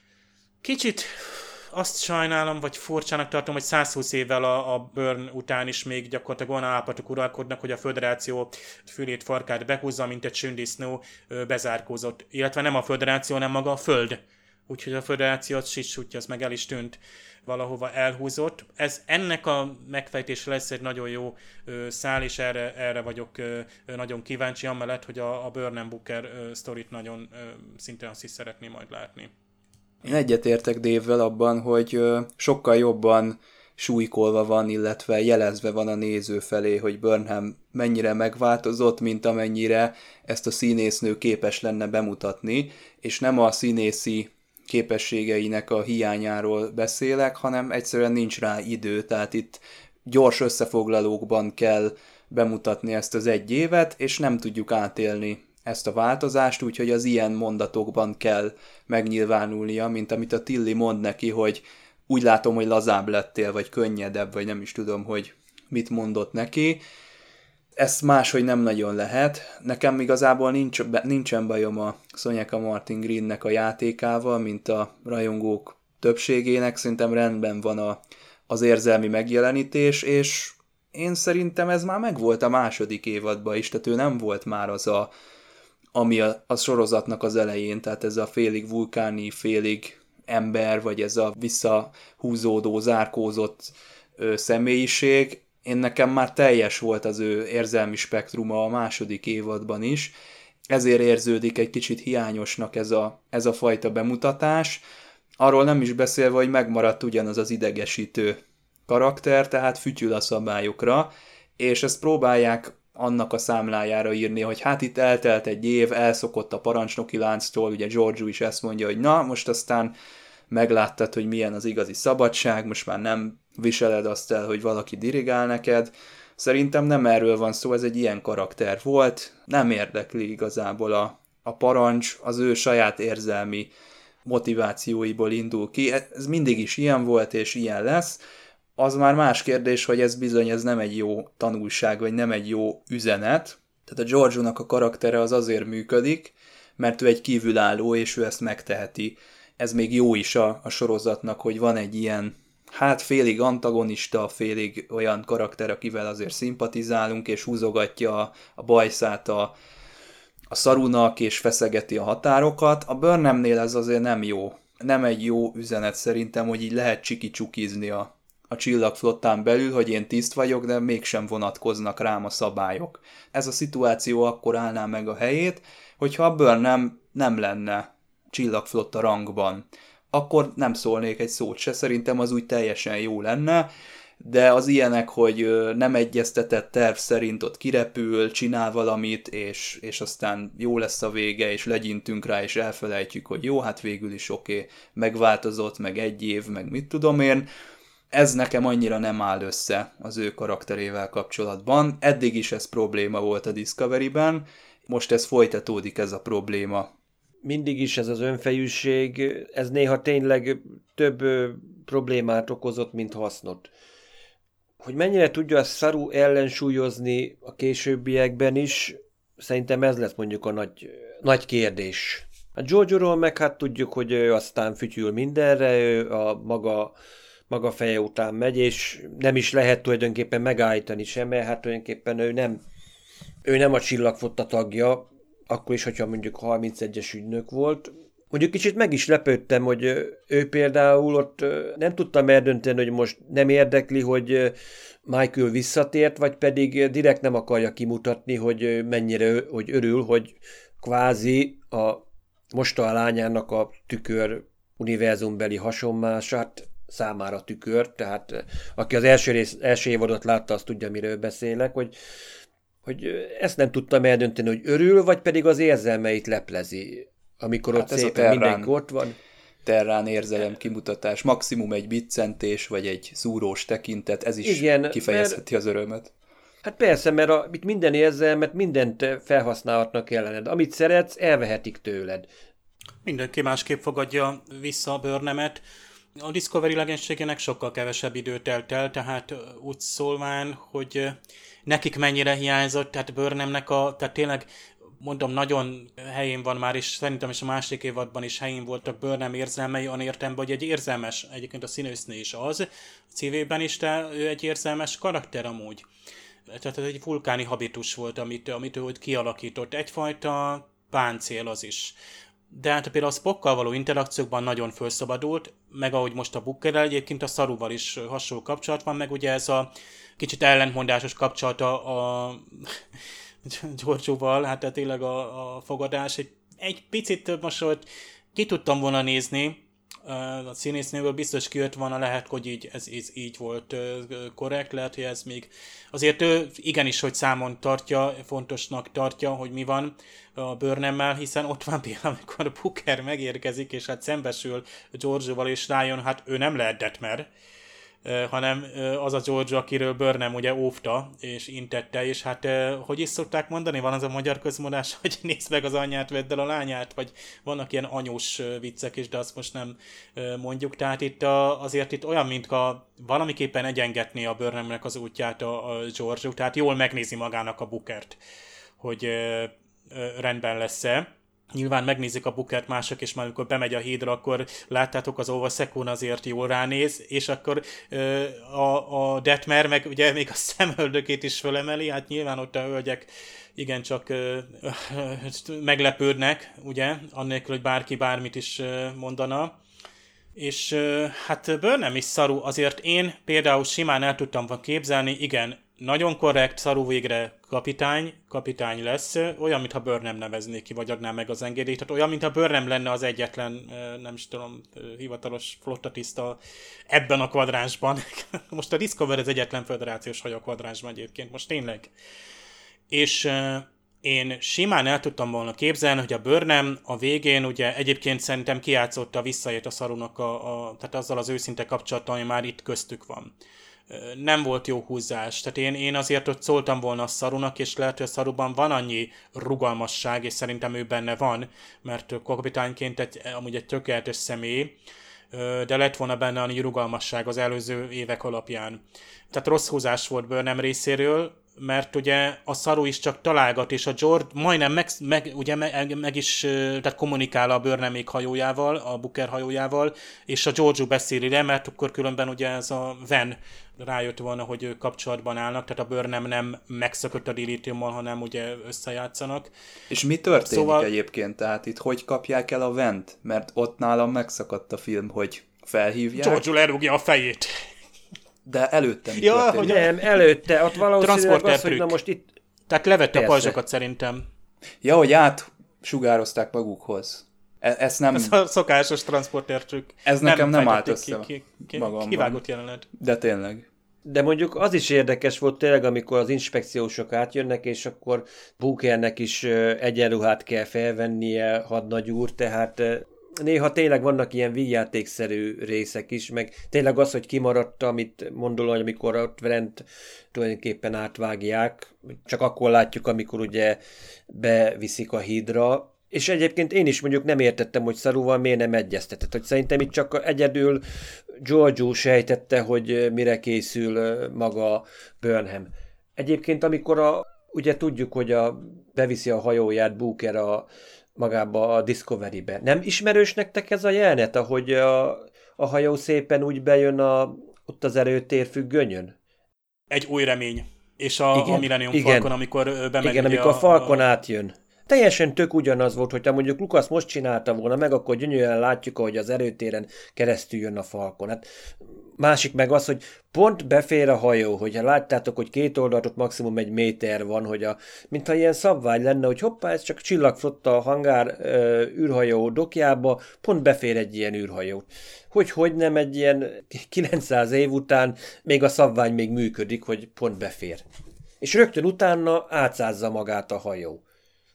Kicsit azt sajnálom, vagy furcsának tartom, hogy százhúsz évvel a, a Burn után is még gyakorlatilag olyan állapotok uralkodnak, hogy a föderáció fülét, farkát behúzza, mint egy sündisznó bezárkózott. Illetve nem a föderáció, hanem maga a Föld. Úgyhogy a föderációt sicsútja, az meg el is tűnt, valahova elhúzott. Ez ennek a megfejtése lesz egy nagyon jó ö, szál, és erre, erre vagyok ö, nagyon kíváncsi, amellett, hogy a, a Burnham Booker ö, sztorit nagyon ö, szintén azt is szeretném majd látni. Én egyetértek Dave-vel abban, hogy sokkal jobban súlykolva van, illetve jelezve van a néző felé, hogy Burnham mennyire megváltozott, mint amennyire ezt a színésznő képes lenne bemutatni, és nem a színészi képességeinek a hiányáról beszélek, hanem egyszerűen nincs rá idő, tehát itt gyors összefoglalókban kell bemutatni ezt az egy évet, és nem tudjuk átélni ezt a változást, úgyhogy az ilyen mondatokban kell megnyilvánulnia, mint amit a Tilly mond neki, hogy úgy látom, hogy lazább lettél, vagy könnyedebb, vagy nem is tudom, hogy mit mondott neki. Ezt máshogy nem nagyon lehet. Nekem igazából nincs, nincsen bajom a Soneca Martin Greennek a játékával, mint a rajongók többségének. Szerintem rendben van a, az érzelmi megjelenítés, és én szerintem ez már megvolt a második évadban is, tehát ő nem volt már az a ami a, a sorozatnak az elején, tehát ez a félig vulkáni, félig ember, vagy ez a visszahúzódó, zárkózott ö, személyiség. Én nekem már teljes volt az ő érzelmi spektruma a második évadban is, ezért érződik egy kicsit hiányosnak ez a, ez a fajta bemutatás. Arról nem is beszélve, hogy megmaradt ugyanaz az idegesítő karakter, tehát fütyül a szabályokra, és ezt próbálják annak a számlájára írni, hogy hát itt eltelt egy év, elszokott a parancsnoki lánctól, ugye Georgiou is ezt mondja, hogy na, most aztán megláttad, hogy milyen az igazi szabadság, most már nem viseled azt el, hogy valaki dirigál neked. Szerintem nem erről van szó, ez egy ilyen karakter volt, nem érdekli igazából a, a parancs, az ő saját érzelmi motivációiból indul ki, ez mindig is ilyen volt, és ilyen lesz. Az már más kérdés, hogy ez bizony ez nem egy jó tanulság, vagy nem egy jó üzenet. Tehát a Georgiounak a karaktere az azért működik, mert ő egy kívülálló, és ő ezt megteheti. Ez még jó is a, a sorozatnak, hogy van egy ilyen, hát félig antagonista, félig olyan karakter, akivel azért szimpatizálunk, és húzogatja a, a bajszát a, a Sarunak, és feszegeti a határokat. A Burnhamnél ez azért nem jó. Nem egy jó üzenet szerintem, hogy így lehet csiki-csukizni a a csillagflottán belül, hogy én tiszt vagyok, de mégsem vonatkoznak rám a szabályok. Ez a szituáció akkor állná meg a helyét, hogyha a Burnham nem lenne csillagflotta rangban. Akkor nem szólnék egy szót se, szerintem az úgy teljesen jó lenne, de az ilyenek, hogy nem egyeztetett terv szerint ott kirepül, csinál valamit, és, és aztán jó lesz a vége, és legyintünk rá, és elfelejtjük, hogy jó, hát végül is oké, okay, megváltozott, meg egy év, meg mit tudom én. Ez nekem annyira nem áll össze az ő karakterével kapcsolatban. Eddig is ez probléma volt a Discovery-ben, most ez folytatódik, ez a probléma. Mindig is ez az önfejűség, ez néha tényleg több ö, problémát okozott, mint hasznot. Hogy mennyire tudja a Saru ellensúlyozni a későbbiekben is, szerintem ez lesz mondjuk a nagy, nagy kérdés. A Georgiouról meg hát tudjuk, hogy ő aztán fütyül mindenre, ő a maga... maga feje után megy, és nem is lehet tulajdonképpen megállítani sem, mert hát tulajdonképpen ő nem, ő nem a Csillagflotta tagja, akkor is, hogyha mondjuk harmincegyes ügynök volt. Mondjuk kicsit meg is lepődtem, hogy ő például ott nem tudtam eldönteni, hogy most nem érdekli, hogy Michael visszatért, vagy pedig direkt nem akarja kimutatni, hogy mennyire hogy örül, hogy kvázi a mostoha lányának a tükör univerzumbeli hasonmását számára tükör, tehát aki az első, rész, első évadot látta, azt tudja, miről beszélek, hogy, hogy ezt nem tudtam eldönteni, hogy örül, vagy pedig az érzelmeit leplezi, amikor hát ott szépen mindenki ott van. Terrán érzelem kimutatás, maximum egy biccentés, vagy egy szúrós tekintet, ez is igen, kifejezheti mert, az örömet. Hát persze, mert a, itt minden érzelmet, mindent felhasználhatnak ellened. Amit szeretsz, elvehetik tőled. Mindenki másképp fogadja vissza a Burnhamet. A Discovery legénységének sokkal kevesebb időt telt el, tehát úgy szólván, hogy nekik mennyire hiányzott, tehát Burnhamnek a, tehát tényleg mondom, nagyon helyén van már, és szerintem is a másik évadban is helyén voltak Burnham érzelmei, olyan értelemben, hogy egy érzelmes, egyébként a színésznő is az, a cívében is, de ő egy érzelmes karakter amúgy. Tehát ez egy vulkáni habitus volt, amit, amit ő hogy kialakított. Egyfajta páncél az is. De hát például a Spockkal való interakciókban nagyon felszabadult, meg ahogy most a Bookerrel, egyébként a Saruval is hasonló kapcsolat van, meg ugye ez a kicsit ellentmondásos kapcsolata a Giorgioval, hát tehát tényleg a, a fogadás egy, egy picit több mosolyt ki tudtam volna nézni, a színésznőből biztos kijött volna, lehet, hogy így, ez, ez így volt korrekt, lehet, hogy ez még azért ő igenis, hogy számon tartja, fontosnak tartja, hogy mi van a Burnhammel, hiszen ott van például, amikor Booker megérkezik, és hát szembesül Giorgioval, és rájön, hát ő nem lehet Detmer, hanem az a Giorgio, akiről Burnham ugye óvta, és intette, és hát hogy is szokták mondani, van az a magyar közmondás, hogy nézd meg az anyját, vedd el a lányát, vagy vannak ilyen anyós viccek is, de azt most nem mondjuk, tehát itt a, azért itt olyan, mintha valamiképpen egyengetné a Burnhamnek az útját a, a Giorgio, tehát jól megnézi magának a Bookert, hogy rendben lesz-e. Nyilván megnézik a Bookert mások, és már amikor bemegy a hídra, akkor láttátok, az Ova Secund azért jól ránéz, és akkor ö, a, a Detmer meg ugye még a szemöldökét is fölemeli, hát nyilván ott a hölgyek igencsak ö, ö, meglepődnek, ugye, annélkül, hogy bárki bármit is ö, mondana. És ö, hát Burnham is Saru, azért én például simán el tudtam volna képzelni, igen, nagyon korrekt, Saru végre kapitány, kapitány lesz, olyan, mintha Burnham nevezné ki, vagy adná meg az engedélyt, tehát olyan, mintha Burnham lenne az egyetlen, nem is tudom, hivatalos flottatiszta ebben a kvadránsban. Most a Discovery az egyetlen föderációs hajó a kvadránsban egyébként, most tényleg. És én simán el tudtam volna képzelni, hogy a Burnham a végén ugye egyébként szerintem kijátszotta visszaért a Sarunak, a, a, tehát azzal az őszinte kapcsolattal, ami már itt köztük van. Nem volt jó húzás. Tehát én, én azért ott szóltam volna a Sarunak, és lehet, hogy a Saruban van annyi rugalmasság, és szerintem ő benne van, mert kapitányként egy, amúgy egy tökéletes személy, de lett volna benne annyi rugalmasság az előző évek alapján. Tehát rossz húzás volt Burnham részéről, mert ugye a Saru is csak találgat, és a George majdnem meg, meg, ugye meg, meg is tehát kommunikál a Burnhamék hajójával, a Booker hajójával, és a George beszéli le, mert akkor különben ugye ez a Ven rájött volna, hogy ők kapcsolatban állnak, tehát a Burnham nem megszökött a Dilithiummal, hanem ugye összejátszanak. És mi történik szóval... egyébként? Tehát itt hogy kapják el a Vent? Mert ott nálam megszakadt a film, hogy felhívják. George lerúgja a fejét. De előtte mi ja, történik? Hogy nem, előtte, ott valószínűleg az, hogy na most itt... Tehát levette Persze. a pajzsokat szerintem. Ja, hogy átsugározták magukhoz. E- ezt nem... Ez a szokásos transporter trükk. Ez nekem nem, nem állt ki, össze ki, ki, magamban. Kivágott jelenet. De tényleg. De mondjuk az is érdekes volt tényleg, amikor az inspekciósok átjönnek, és akkor Bookernek is egyenruhát kell felvennie, hadnagy úr, tehát néha tényleg vannak ilyen vígjátékszerű részek is, meg tényleg az, hogy kimaradt, amit mondom, hogy amikor ott Vrent tulajdonképpen átvágják, csak akkor látjuk, amikor ugye beviszik a hídra, és egyébként én is mondjuk nem értettem, hogy Saruval miért nem egyeztetett, hogy szerintem itt csak egyedül Giorgio sejtette, hogy mire készül maga Burnham. Egyébként amikor a, ugye tudjuk, hogy a, beviszi a hajóját Booker a magába a Discovery-be. Nem ismerős nektek ez a jelenet, ahogy a, a hajó szépen úgy bejön a, ott az erőtér függönyön? Egy új remény. És a, a Millennium igen. Falcon, amikor bemegy... Igen, amikor a Falcon a... átjön. Teljesen tök ugyanaz volt, hogyha mondjuk Lucas most csinálta volna meg, akkor gyönyörűen látjuk, ahogy az erőtéren keresztül jön a Falcon. Hát másik meg az, hogy pont befér a hajó, hogyha láttátok, hogy két oldalt ott maximum egy méter van, hogy a, mintha ilyen szabvány lenne, hogy hoppá, ez csak csillagflotta a hangár ö, űrhajó dokjába, pont befér egy ilyen űrhajó. Hogy hogy nem egy ilyen kilencszáz év után még a szabvány még működik, hogy pont befér. És rögtön utána átszázza magát a hajó.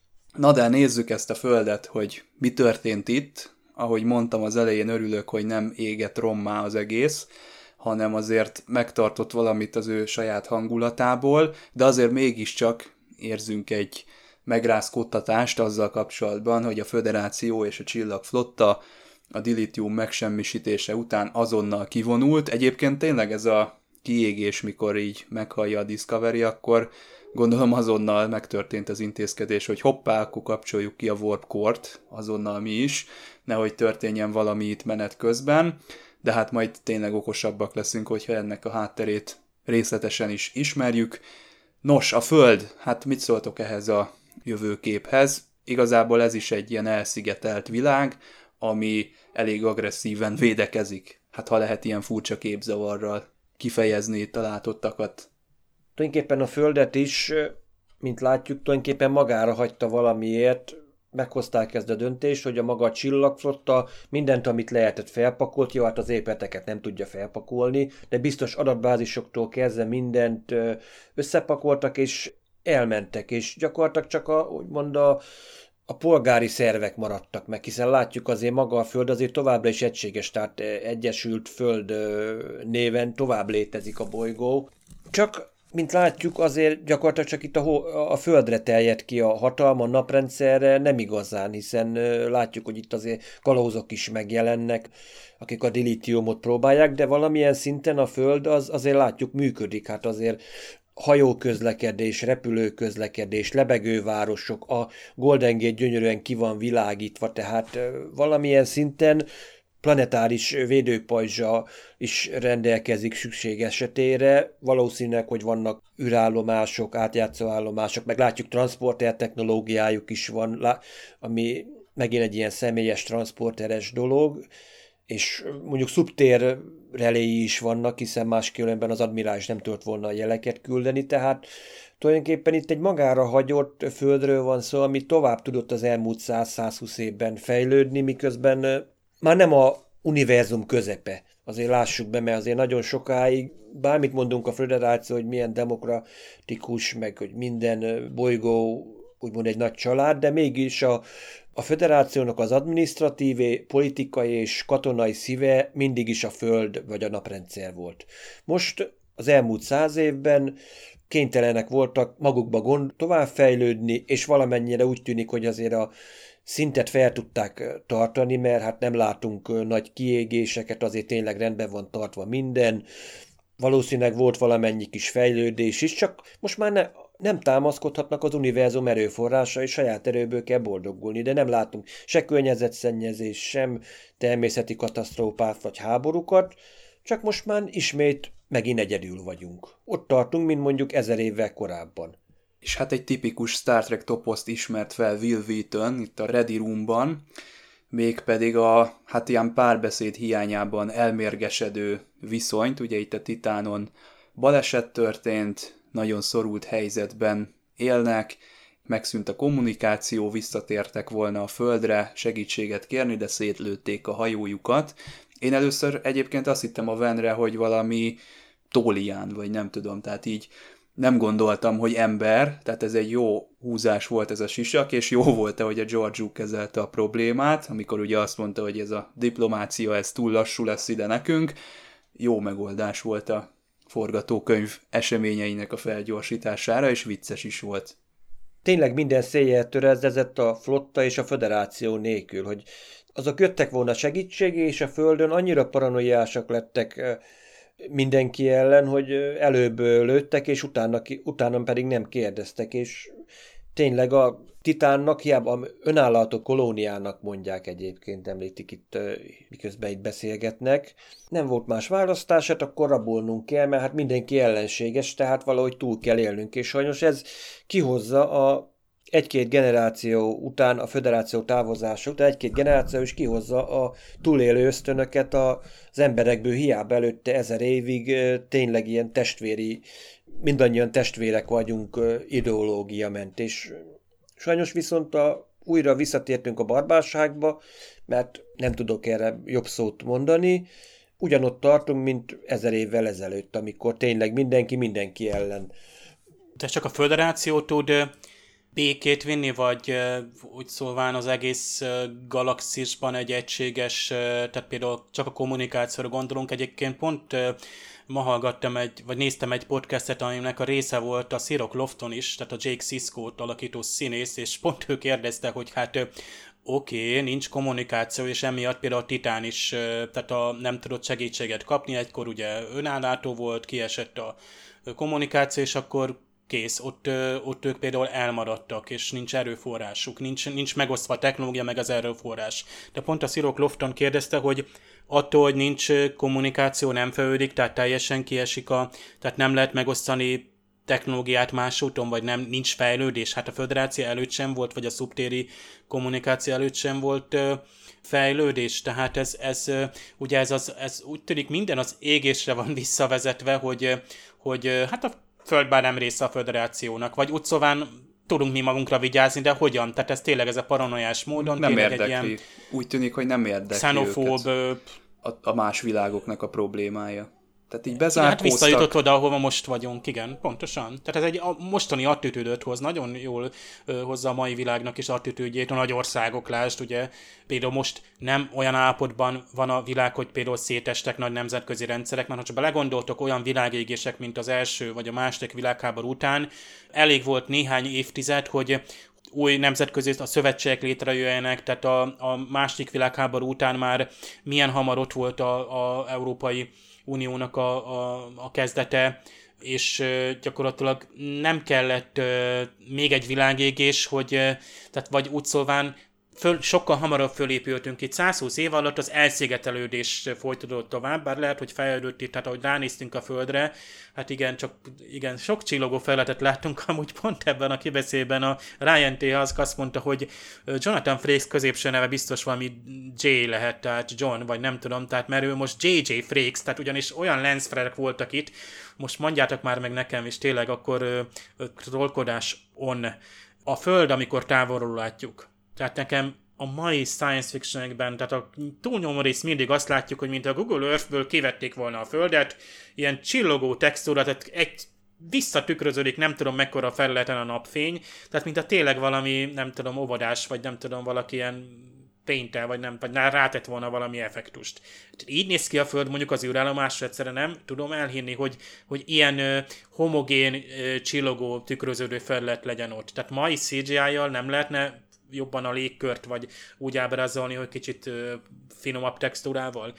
Na de nézzük ezt a földet, hogy mi történt itt. Ahogy mondtam az elején, örülök, hogy nem égett rommá az egész, hanem azért megtartott valamit az ő saját hangulatából, de azért mégiscsak érzünk egy megrázkódtatást azzal kapcsolatban, hogy a Föderáció és a Csillagflotta a dilithium megsemmisítése után azonnal kivonult. Egyébként tényleg ez a kiégés, mikor így meghallja a Discovery, akkor gondolom azonnal megtörtént az intézkedés, hogy hoppá, akkor kapcsoljuk ki a Warp Core-t, azonnal mi is, nehogy történjen valami itt menet közben, de hát majd tényleg okosabbak leszünk, hogyha ennek a hátterét részletesen is ismerjük. Nos, a Föld, hát mit szóltok ehhez a jövőképhez? Igazából ez is egy ilyen elszigetelt világ, ami elég agresszíven védekezik. Hát ha lehet ilyen furcsa képzavarral kifejezni itt a látottakat. Tulajdonképpen a Földet is, mint látjuk, tulajdonképpen magára hagyta valamiért, meghozták ezt a döntést, hogy a maga a Csillagflotta mindent, amit lehetett felpakolt, jó, hát az épületeket nem tudja felpakolni, de biztos adatbázisoktól kezdve mindent összepakoltak, és elmentek, és gyakorlatilag csak a, úgymond a, a polgári szervek maradtak meg, hiszen látjuk azért maga a Föld azért továbbra is egységes, tehát Egyesült Föld néven tovább létezik a bolygó. Csak mint látjuk, azért gyakorlatilag csak itt a, a Földre terjed ki a hatalma, a naprendszerre nem igazán, hiszen látjuk, hogy itt azért kalauzok is megjelennek, akik a dilithiumot próbálják, de valamilyen szinten a Föld az, azért látjuk működik, hát azért hajóközlekedés, repülőközlekedés, lebegővárosok, a Golden Gate gyönyörűen ki van világítva, tehát valamilyen szinten planetáris védőpajzsa is rendelkezik szükség esetére. Valószínűleg, hogy vannak űrállomások, átjátszóállomások, meg látjuk transporter technológiájuk is van, ami megint egy ilyen személyes transporteres dolog, és mondjuk szubtér reléi is vannak, hiszen máskülönben az admirális nem tudott volna a jeleket küldeni, tehát tulajdonképpen itt egy magára hagyott földről van szó, ami tovább tudott az elmúlt száz-százhúsz évben fejlődni, miközben már nem a univerzum közepe. Azért lássuk be, mert azért nagyon sokáig, bármit mondunk a Föderáció, hogy milyen demokratikus, meg hogy minden bolygó úgymond egy nagy család, de mégis a, a Föderációnak az adminisztratív, politikai és katonai szíve mindig is a Föld vagy a naprendszer volt. Most az elmúlt száz évben kénytelenek voltak magukba gond továbbfejlődni, és valamennyire úgy tűnik, hogy azért a szintet fel tudták tartani, mert hát nem látunk nagy kiégéseket, azért tényleg rendben van tartva minden. Valószínűleg volt valamennyi kis fejlődés is, csak most már ne, nem támaszkodhatnak az univerzum erőforrásai, saját erőből kell boldogulni, de nem látunk se környezetszennyezés, sem természeti katasztrófát vagy háborúkat, csak most már ismét megint egyedül vagyunk. Ott tartunk, mint mondjuk ezer évvel korábban. És hát egy tipikus Star Trek toposzt ismert fel Will Wheaton itt a Ready Roomban, mégpedig a hát ilyen párbeszéd hiányában elmérgesedő viszonyt, ugye itt a Titánon baleset történt, nagyon szorult helyzetben élnek, megszűnt a kommunikáció, visszatértek volna a Földre segítséget kérni, de szétlőtték a hajójukat. Én először egyébként azt hittem a Venre, hogy valami tólián, vagy nem tudom, tehát így nem gondoltam, hogy ember, tehát ez egy jó húzás volt ez a sisak, és jó volt, hogy a Georgiou kezelte a problémát, amikor ugye azt mondta, hogy ez a diplomácia, ez túl lassú lesz ide nekünk. Jó megoldás volt a forgatókönyv eseményeinek a felgyorsítására, és vicces is volt. Tényleg minden széjjel töredezett a flotta és a Föderáció nélkül, hogy azok jöttek volna segítségé, és a Földön annyira paranoiásak lettek mindenki ellen, hogy előbb lőttek, és utána, utána pedig nem kérdeztek, és tényleg a Titánnak, hiába önálló kolóniának mondják egyébként, említik itt, miközben itt beszélgetnek. Nem volt más választás, hát akkor rabolnunk kell, mert hát mindenki ellenséges, tehát valahogy túl kell élnünk, és sajnos ez kihozza a egy-két generáció után, a föderáció távozása után egy-két generáció is kihozza a túlélő ösztönöket az emberekből, hiába előtte ezer évig tényleg ilyen testvéri, mindannyian testvérek vagyunk ideológia ment, és sajnos viszont a, újra visszatértünk a barbárságba, mert nem tudok erre jobb szót mondani, ugyanott tartunk, mint ezer évvel ezelőtt, amikor tényleg mindenki mindenki ellen. De csak a föderáció tud békét vinni, vagy úgy szólván az egész galaxisban egy egységes, tehát például csak a kommunikációra gondolunk. Egyébként pont ma hallgattam egy, vagy néztem egy podcastet, aminek a része volt a Cirok Lofton is, tehát a Jake Sisko-t alakító színész, és pont ő kérdezte, hogy hát oké, okay, nincs kommunikáció, és emiatt például a Titán is tehát a, nem tudott segítséget kapni, egykor ugye önállátó volt, kiesett a kommunikáció, és akkor kész, ott, ott ők például elmaradtak, és nincs erőforrásuk, nincs, nincs megosztva a technológia, meg az erőforrás. De pont a Cirok Lofton kérdezte, hogy attól, hogy nincs kommunikáció, nem fejlődik, tehát teljesen kiesik a, tehát nem lehet megosztani technológiát más úton, vagy nem, nincs fejlődés. Hát a föderáció előtt sem volt, vagy a szubtéri kommunikáció előtt sem volt fejlődés, tehát ez, ez ugye ez, az, ez úgy tűnik minden az égésre van visszavezetve, hogy, hogy hát a Föld bár nem része a föderációnak, vagy úgy szóval tudunk mi magunkra vigyázni, de hogyan? Tehát ez tényleg ez a paranoiás módon. Nem tényleg érdekli. Egy ilyen úgy tűnik, hogy nem érdekli xenofób, őket a, a más világoknak a problémája. Tehát így hát bezárkóztak. visszajutott oda, ahova most vagyunk, igen, pontosan. Tehát ez egy a mostani attitűdöt hoz, nagyon jól ö, hozza a mai világnak is attitűdjét, a nagy országok, lásd, ugye, például most nem olyan állapotban van a világ, hogy például szétestek nagy nemzetközi rendszerek, mert ha csak belegondoltok olyan világégések, mint az első vagy a második világháború után, elég volt néhány évtized, hogy új nemzetközi a szövetségek létrejöjjenek, tehát a, a második világháború után már milyen hamar ott volt a, a Európai Uniónak a, a, a kezdete, és uh, gyakorlatilag nem kellett uh, még egy világégés, hogy uh, tehát vagy úgy szólván föl, sokkal hamarabb fölépültünk itt. százhúsz év alatt az elszigetelődés folytatódott tovább, bár lehet, hogy fejlődött itt, tehát ahogy ránéztünk a Földre, hát igen, csak igen, sok csillogó felületet láttunk, amúgy pont ebben a kibeszélben a Ryan T. Husk azt mondta, hogy Jonathan Frakes középső neve biztos valami J lehet, tehát John, vagy nem tudom, tehát mert ő most J J Frakes, tehát ugyanis olyan lensflare-ek voltak itt, most mondjátok már meg nekem is tényleg, akkor trollkodás on. A Föld, amikor távolról látjuk. Tehát nekem a mai science fictionekben, tehát a túlnyomó rész mindig azt látjuk, hogy mint a Google Earth-ből kivették volna a Földet, ilyen csillogó textúra, tehát egy visszatükröződik, nem tudom mekkora felületen a napfény, tehát mint a tényleg valami, nem tudom, óvodás, vagy nem tudom, valaki ilyen paintel, vagy nem, vagy rátett volna valami effektust. Így néz ki a Föld mondjuk az űrállomásra, egyszerűen nem tudom elhinni, hogy, hogy ilyen ö, homogén, ö, csillogó, tükröződő felület legyen ott. Tehát mai cé gé í-jal nem lehetne jobban a légkört, vagy úgy ábrázolni, hogy kicsit ö, finomabb textúrával.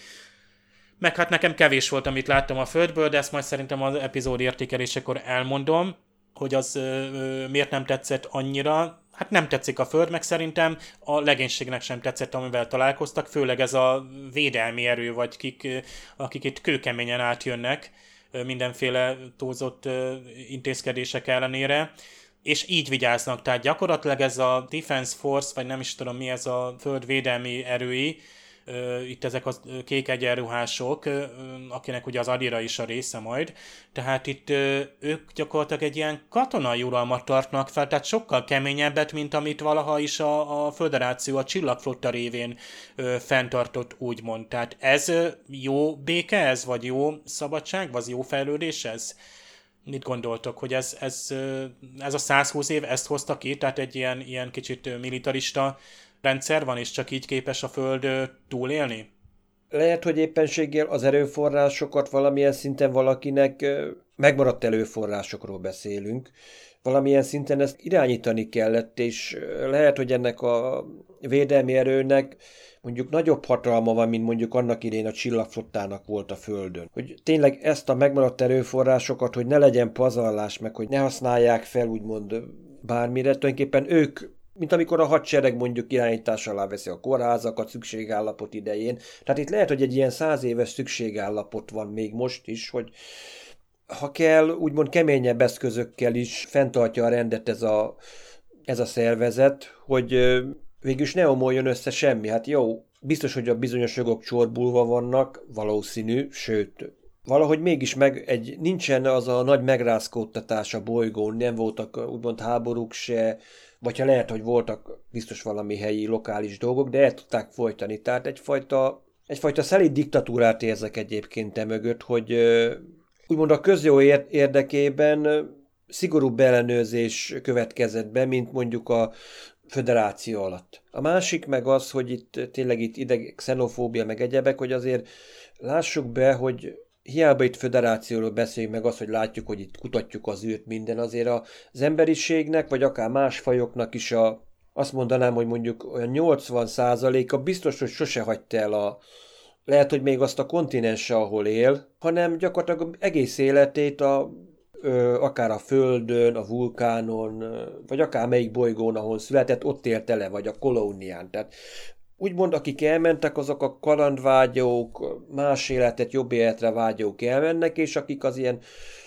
Meg hát nekem kevés volt, amit láttam a Földből, de ezt majd szerintem az epizód értékelésekor elmondom, hogy az ö, ö, miért nem tetszett annyira. Hát nem tetszik a Föld, meg szerintem a legénységnek sem tetszett, amivel találkoztak, főleg ez a védelmi erő, vagy kik, akik itt kőkeményen átjönnek mindenféle túlzott intézkedések ellenére, és így vigyáznak. Tehát gyakorlatilag ez a Defense Force, vagy nem is tudom mi ez a Föld védelmi erői, itt ezek a kék egyenruhások, akinek ugye az Adira is a része majd, tehát itt ők gyakorlatilag egy ilyen katonai uralmat tartnak fel, tehát sokkal keményebbet, mint amit valaha is a, a Föderáció a Csillagflotta révén fenntartott, úgymond. Tehát ez jó béke ez, vagy jó szabadság, vagy jó fejlődés ez? Mit gondoltok, hogy ez, ez, ez a százhúsz év ezt hozta ki, tehát egy ilyen, ilyen kicsit militarista rendszer van, és csak így képes a Föld túlélni? Lehet, hogy éppenséggel az erőforrásokat valamilyen szinten valakinek megmaradt erőforrásokról beszélünk. Valamilyen szinten ezt irányítani kellett, és lehet, hogy ennek a védelmi erőnek mondjuk nagyobb hatalma van, mint mondjuk annak idején a Csillagflottának volt a Földön. Hogy tényleg ezt a megmaradt erőforrásokat, hogy ne legyen pazarlás, meg hogy ne használják fel úgymond bármire, tulajdonképpen ők, mint amikor a hadsereg mondjuk irányítás alá veszi a kórházakat szükségállapot idején. Tehát itt lehet, hogy egy ilyen száz éves szükségállapot van még most is, hogy ha kell, úgymond keményebb eszközökkel is fenntartja a rendet ez a, ez a szervezet, hogy végülis ne omoljon össze semmi. Hát jó, biztos, hogy a bizonyos jogok csorbulva vannak, valószínű, sőt, valahogy mégis meg egy, nincsen az a nagy megrázkódtatás a bolygón, nem voltak úgymond háborúk se, vagy ha lehet, hogy voltak biztos valami helyi, lokális dolgok, de el tudták folytani. Tehát egyfajta, egyfajta szelíd diktatúrát érzek egyébként e mögött, hogy úgymond a közjó érdekében szigorúbb ellenőrzés következett be, mint mondjuk a föderáció alatt. A másik meg az, hogy itt tényleg itt ideg, xenofóbia meg egyebek, hogy azért lássuk be, hogy hiába itt föderációról beszéljünk meg azt, hogy látjuk, hogy itt kutatjuk az űrt minden, azért az emberiségnek, vagy akár más fajoknak is a, azt mondanám, hogy mondjuk olyan nyolcvan százaléka biztos, hogy sose hagyta el a, lehet, hogy még azt a kontinense, ahol él, hanem gyakorlatilag egész életét a, ö, akár a Földön, a vulkánon, vagy akár melyik bolygón, ahol született, ott élt ele, vagy a kolónián. Tehát úgymond, akik elmentek, azok a kalandvágyók, más életet, jobb életre vágyók elmennek, és akik az ilyen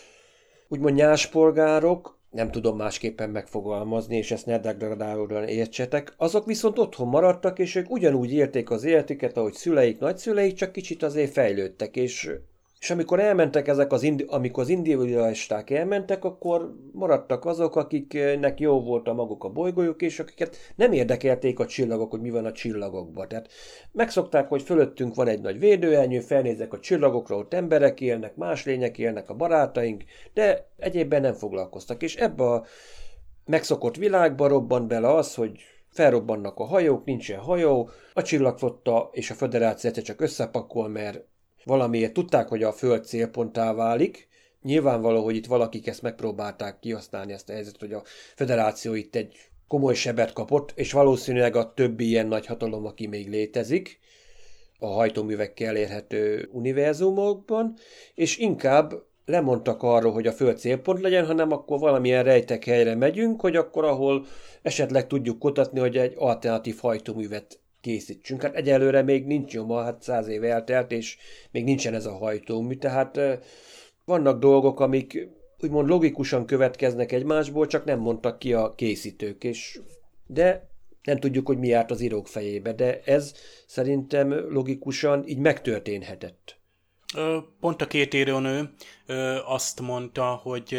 úgymond nyáspolgárok, nem tudom másképpen megfogalmazni, és ezt ne degradálódóan értsetek, azok viszont otthon maradtak, és ők ugyanúgy élték az életüket, ahogy szüleik, nagyszüleik, csak kicsit azért fejlődtek, és, és amikor elmentek ezek az, indi, amikor az individualisták elmentek, akkor maradtak azok, akiknek jó volt a maguk a bolygójuk, és akiket nem érdekelték a csillagok, hogy mi van a csillagokban. Tehát megszokták, hogy fölöttünk van egy nagy védőernyő, felnézek a csillagokra, ott emberek élnek, más lények élnek, a barátaink, de egyébben nem foglalkoztak. És ebbe a megszokott világba robban bele az, hogy felrobbannak a hajók, nincsen hajó, a csillagflotta és a föderáció csak összepakol, mert valamiért tudták, hogy a Föld célponttá válik. Nyilvánvaló, hogy itt valakik ezt megpróbálták kihasználni, ezt a helyzetet, hogy a föderáció itt egy komoly sebet kapott, és valószínűleg a többi ilyen nagy hatalom, aki még létezik, a hajtóművekkel elérhető univerzumokban, és inkább lemondtak arról, hogy a Föld célpont legyen, hanem akkor valamilyen rejtek helyre megyünk, hogy akkor ahol esetleg tudjuk kutatni, hogy egy alternatív hajtóművet készítsünk. Hát egyelőre még nincs nyoma, hát száz év eltelt, és még nincsen ez a hajtómű, tehát vannak dolgok, amik úgymond logikusan következnek egymásból, csak nem mondtak ki a készítők, és de nem tudjuk, hogy mi járt az írók fejébe, de ez szerintem logikusan így megtörténhetett. Pont a két írónő azt mondta, hogy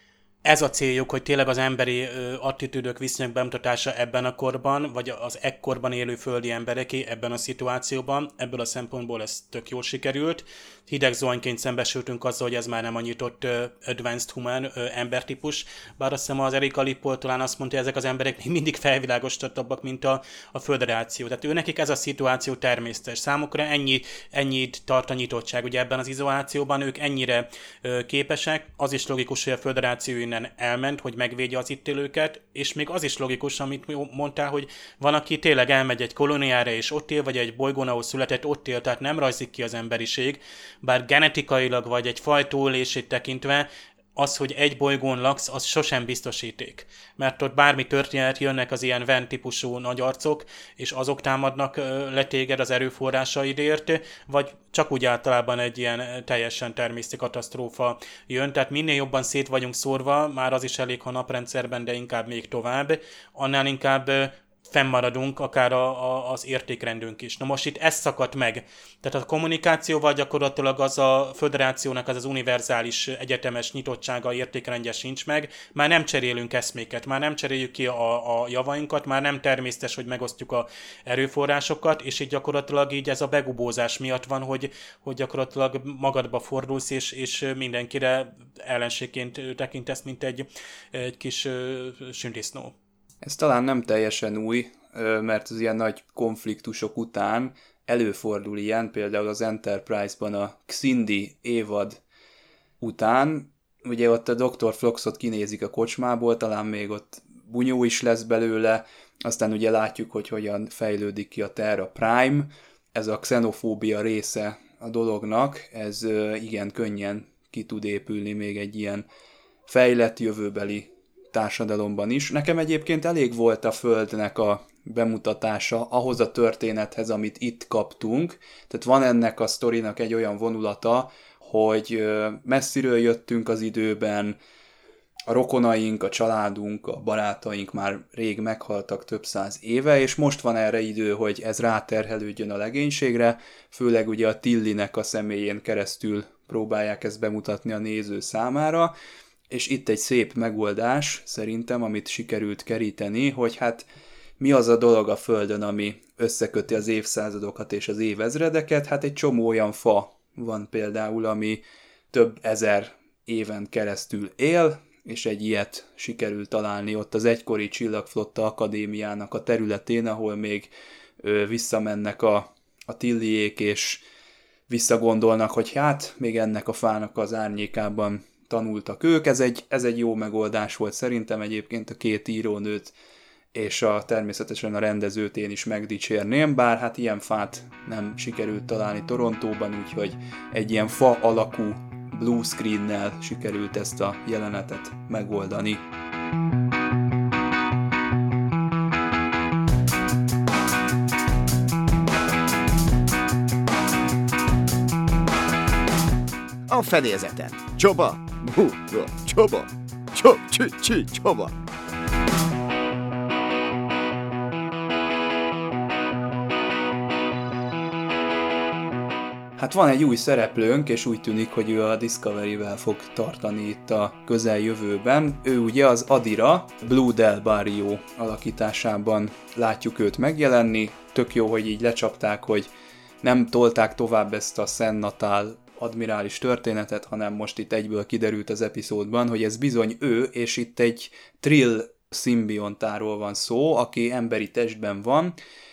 ez a céljuk, hogy tényleg az emberi attitűdök, viszonyok bemutatása ebben a korban, vagy az ekkorban élő földi embereké ebben a szituációban. Ebből a szempontból ez tök jól sikerült. Hideg zuhanyként szembesültünk azzal, hogy ez már nem a nyitott uh, advanced human uh, embertípus, bár azt hiszem az Erika Lippol talán azt mondta, hogy ezek az emberek még mindig felvilágosodottabbak, mint a, a föderáció. Tehát ő nekik ez a szituáció természetes. Számukra ennyi, ennyit tart a nyitottság. Ugye ebben az izolációban ők ennyire uh, képesek, az is logikus, hogy a föderáció innen elment, hogy megvédje az itt élőket, és még az is logikus, amit mondtál, hogy van, aki tényleg elmegy egy kolóniára és ott él, vagy egy bolygón, ahol született, ott él, tehát nem rajzik ki az emberiség, bár genetikailag vagy egy faj túlélését tekintve az, hogy egy bolygón laksz, az sosem biztosíték. Mert ott bármi történet, jönnek az ilyen Venn típusú nagy arcok, és azok támadnak le téged az erőforrásaidért, vagy csak úgy általában egy ilyen teljesen természeti katasztrófa jön. Tehát minél jobban szét vagyunk szórva, már az is elég, ha naprendszerben, de inkább még tovább, annál inkább fennmaradunk, akár a, a, az értékrendünk is. Na most itt ez szakadt meg. Tehát a kommunikációval gyakorlatilag az a föderációnak az az univerzális egyetemes nyitottsága, értékrendje sincs meg. Már nem cserélünk eszméket, már nem cseréljük ki a, a javainkat, már nem természetes, hogy megosztjuk a erőforrásokat, és így gyakorlatilag így ez a begubózás miatt van, hogy, hogy gyakorlatilag magadba fordulsz, és, és mindenkire ellenségként tekintesz, mint egy, egy kis sündisznó. Ez talán nem teljesen új, mert az ilyen nagy konfliktusok után előfordul ilyen, például az Enterprise-ban a Xindi évad után, ugye ott a doktor Phloxot kinézik a kocsmából, talán még ott bunyó is lesz belőle, aztán ugye látjuk, hogy hogyan fejlődik ki a Terra Prime, ez a xenofóbia része a dolognak, ez igen könnyen ki tud épülni még egy ilyen fejlett jövőbeli társadalomban is. Nekem egyébként elég volt a Földnek a bemutatása ahhoz a történethez, amit itt kaptunk. Tehát van ennek a sztorinak egy olyan vonulata, hogy messziről jöttünk az időben, a rokonaink, a családunk, a barátaink már rég meghaltak több száz éve, és most van erre idő, hogy ez ráterhelődjön a legénységre, főleg ugye a Tillynek a személyén keresztül próbálják ezt bemutatni a néző számára, és itt egy szép megoldás szerintem, amit sikerült keríteni, hogy hát mi az a dolog a Földön, ami összeköti az évszázadokat és az évezredeket, hát egy csomó olyan fa van például, ami több ezer éven keresztül él, és egy ilyet sikerült találni ott az egykori Csillagflotta Akadémiának a területén, ahol még ö, visszamennek a, a Tillyék, és visszagondolnak, hogy hát még ennek a fának az árnyékában tanultak ők. Ez egy, ez egy jó megoldás volt szerintem egyébként, a két írónőt és a, természetesen a rendezőt én is megdicsérném, bár hát ilyen fát nem sikerült találni Torontóban, úgyhogy egy ilyen fa alakú blue screennel sikerült ezt a jelenetet megoldani. A fedélzeten. Csoba! Bú, csoba! Csob, csü, csü, csoba! Hát van egy új szereplőnk, és úgy tűnik, hogy ő a Discovery-vel fog tartani itt a közeljövőben. Ő ugye az Adira, Blue Del Barrio alakításában látjuk őt megjelenni. Tök jó, hogy így lecsapták, hogy nem tolták tovább ezt a Sen Natal admirális történetet, hanem most itt egyből kiderült az epizódban, hogy ez bizony ő, és itt egy Trill szimbiontáról van szó, aki emberi testben van,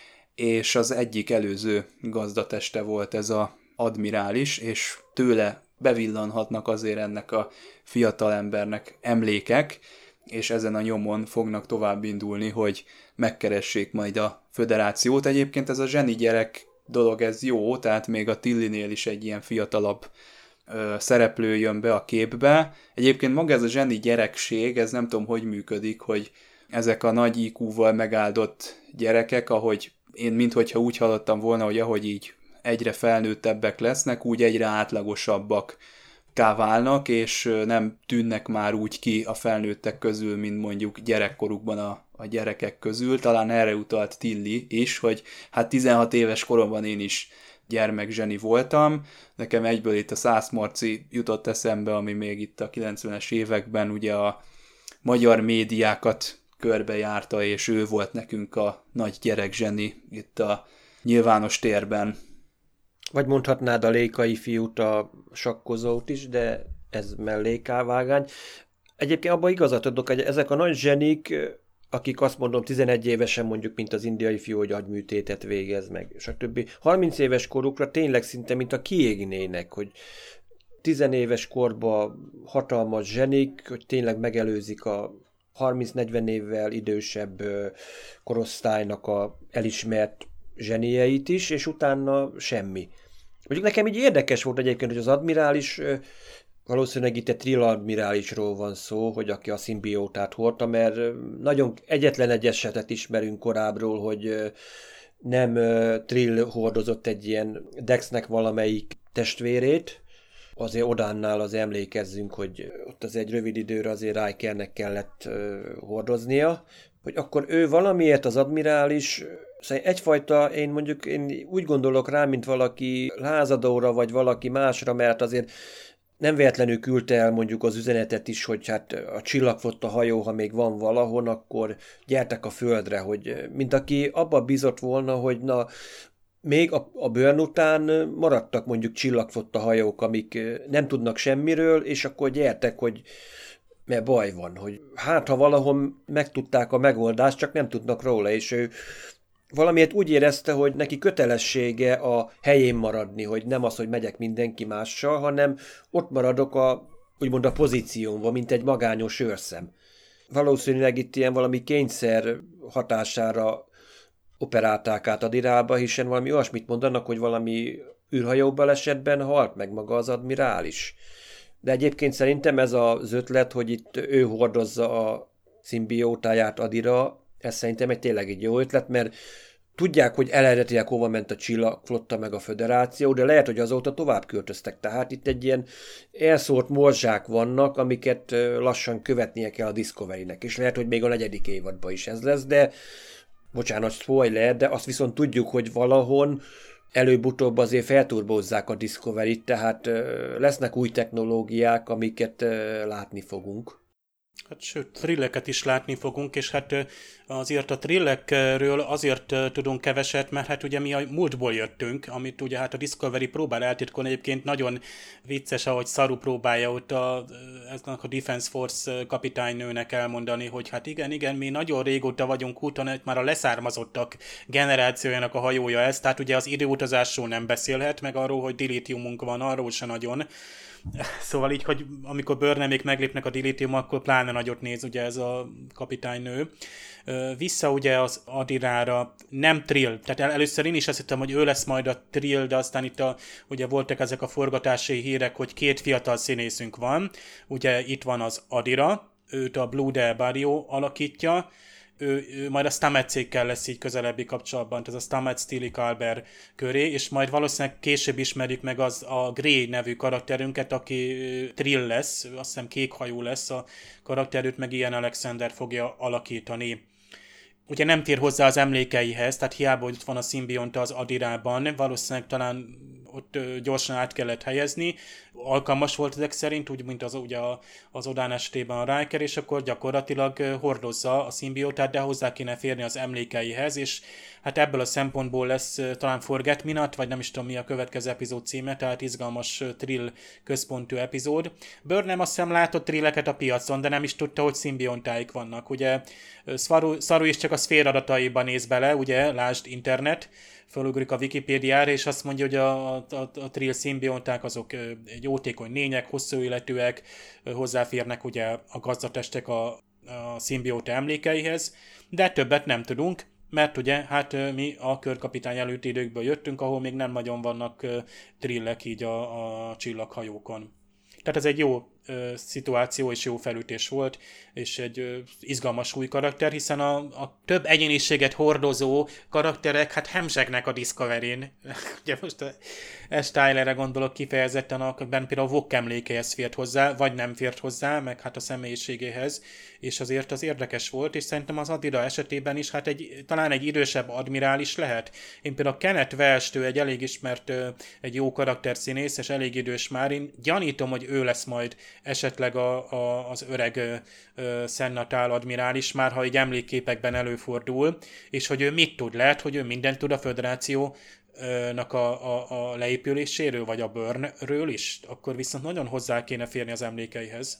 és az egyik előző gazdateste volt ez a admirális, és tőle bevillanhatnak azért ennek a fiatal embernek emlékek, és ezen a nyomon fognak tovább indulni, hogy megkeressék majd a föderációt. Egyébként ez a zseni gyerek dolog, ez jó, tehát még a Tillynél is egy ilyen fiatalabb ö, szereplő jön be a képbe. Egyébként maga ez a zseni gyerekség, ez nem tudom, hogy működik, hogy ezek a nagy í kúval megáldott gyerekek, ahogy én minthogyha úgy hallottam volna, hogy ahogy így egyre felnőttebbek lesznek, úgy egyre átlagosabbak válnak, és nem tűnnek már úgy ki a felnőttek közül, mint mondjuk gyerekkorukban a, a gyerekek közül. Talán erre utalt Tilly is, hogy hát tizenhat éves koromban én is gyermekzseni voltam. Nekem egyből itt a Szász Marci jutott eszembe, ami még itt a kilencvenes években ugye a magyar médiákat körbejárta, és ő volt nekünk a nagy gyerekzseni itt a nyilvános térben. Vagy mondhatnád a Lékai fiút, a sakkozót is, de ez mellékálvágány. Egyébként abban igazat adok, hogy ezek a nagy zsenik, akik azt mondom tizenegy évesen mondjuk, mint az indiai fiú, hogy agyműtétet végez meg, stb. harminc éves korukra tényleg szinte, mint a kiégnének, hogy tizenéves korban hatalmas zsenik, hogy tényleg megelőzik a harminc-negyven évvel idősebb korosztálynak a elismert zsenieit is, és utána semmi. Mondjuk nekem így érdekes volt egyébként, hogy az admirális, valószínűleg itt egy Trill admirálisról van szó, hogy aki a szimbiótát hordta, mert nagyon egyetlen egy esetet ismerünk korábbról, hogy nem Trill hordozott egy ilyen Dexnek valamelyik testvérét, azért Odánnál az emlékezzünk, hogy ott az egy rövid időre azért Rikernek kellett uh, hordoznia, hogy akkor ő valamiért az admirális, szóval egyfajta, én mondjuk én úgy gondolok rá, mint valaki lázadóra, vagy valaki másra, mert azért nem véletlenül küldte el mondjuk az üzenetet is, hogy hát a Csillagflotta hajó, ha még van valahon, akkor gyertek a földre, hogy mint aki abba bízott volna, hogy na, még a, a Burn után maradtak mondjuk Csillagflotta hajók, amik nem tudnak semmiről, és akkor gyertek, hogy mert baj van, hogy hát ha valahol megtudták a megoldást, csak nem tudnak róla, és ő valamiért úgy érezte, hogy neki kötelessége a helyén maradni, hogy nem az, hogy megyek mindenki mással, hanem ott maradok a, úgymond a pozíciómban, mint egy magányos őrszem. Valószínűleg itt ilyen valami kényszer hatására operálták át Adirába, hiszen valami olyasmit mondanak, hogy valami űrhajó balesetben halt meg maga az admirális. De egyébként szerintem ez az ötlet, hogy itt ő hordozza a szimbiótáját Adira, ez szerintem egy tényleg egy jó ötlet, mert tudják, hogy eredetileg hova ment a Csillagflotta meg a Föderáció, de lehet, hogy azóta tovább költöztek. Tehát itt egy ilyen elszórt morzsák vannak, amiket lassan követnie kell a Discovery-nek, és lehet, hogy még a negyedik évadban is ez lesz, de bocsánat, spoiler, de azt viszont tudjuk, hogy valahon előbb-utóbb azért felturbozzák a Discovery-t, tehát lesznek új technológiák, amiket látni fogunk. Hát sőt, thrilleket is látni fogunk, és hát azért a thrillekről azért tudunk keveset, mert hát ugye mi a múltból jöttünk, amit ugye hát a Discovery próbál eltitkolni, egyébként nagyon vicces, ahogy Saru próbálja ott a, a Defense Force kapitánynőnek elmondani, hogy hát igen, igen, mi nagyon régóta vagyunk úton, már a leszármazottak generációjának a hajója ez, tehát ugye az időutazásról nem beszélhet, meg arról, hogy dilithiumunk van, arról se nagyon. Szóval így, hogy amikor Burnhamék meglépnek a dilithium, akkor pláne nagyot néz ugye ez a kapitánynő. Vissza ugye az Adirára, nem Trill, tehát először én is azt hittem, hogy ő lesz majd a Trill, de aztán itt a, ugye voltak ezek a forgatási hírek, hogy két fiatal színészünk van. Ugye itt van az Adira, őt a Blue Del Barrio alakítja, Ő, ő majd a Stamets-ékkel lesz így közelebbi kapcsolatban, ez a Stamets Tilly Kalber köré, és majd valószínűleg később ismerjük meg az a Grey nevű karakterünket, aki Trill lesz, azt hiszem kékhajú lesz, a karakterőt meg Ian Alexander fogja alakítani. Ugye nem tér hozzá az emlékeihez, tehát hiába, hogy ott van a szimbionta az Adirában, valószínűleg talán ott gyorsan át kellett helyezni, alkalmas volt ezek szerint, úgy, mint az, ugye az Odán esetében a Riker, és akkor gyakorlatilag hordozza a szimbiótát, de hozzá kéne férni az emlékeihez, és hát ebből a szempontból lesz talán Forget Me Not, vagy nem is tudom mi a következő epizód címe, tehát izgalmas Trill központú epizód. Burnham azt hiszem látott Trilleket a piacon, de nem is tudta, hogy szimbiontáik vannak. Ugye Saru, Saru is csak a szfér adataiban néz bele, ugye, lásd internet, fölugrik a Wikipédiára, és azt mondja, hogy a, a, a Trill szimbionták azok jótékony lények, hosszú életűek, hozzáférnek ugye a gazdatestek a, a szimbióta emlékeihez, de többet nem tudunk, mert ugye hát mi a körkapitány előtti időkből jöttünk, ahol még nem nagyon vannak trillek így a, a csillaghajókon. Tehát ez egy jó ö, szituáció és jó felütés volt, és egy ö, izgalmas új karakter, hiszen a, a több egyéniséget hordozó karakterek hát hemzsegnek a Discoveryn. Ugye most a S. Tylerre gondolok kifejezetten, akikben például a Vok emlékéhez fért hozzá, vagy nem fért hozzá, meg hát a személyiségéhez, és azért az érdekes volt, és szerintem az Adira esetében is hát egy, talán egy idősebb admirális lehet. Én például Kenneth Welsh-t, ő egy elég ismert, egy jó karakterszínész, és elég idős már, én gyanítom, hogy ő lesz majd esetleg a, a, az öreg Sennatál admirális, már ha egy emlékképekben előfordul, és hogy ő mit tud, lehet, hogy ő mindent tud a föderációnak a, a, a leépüléséről, vagy a Burnről is, akkor viszont nagyon hozzá kéne férni az emlékeihez.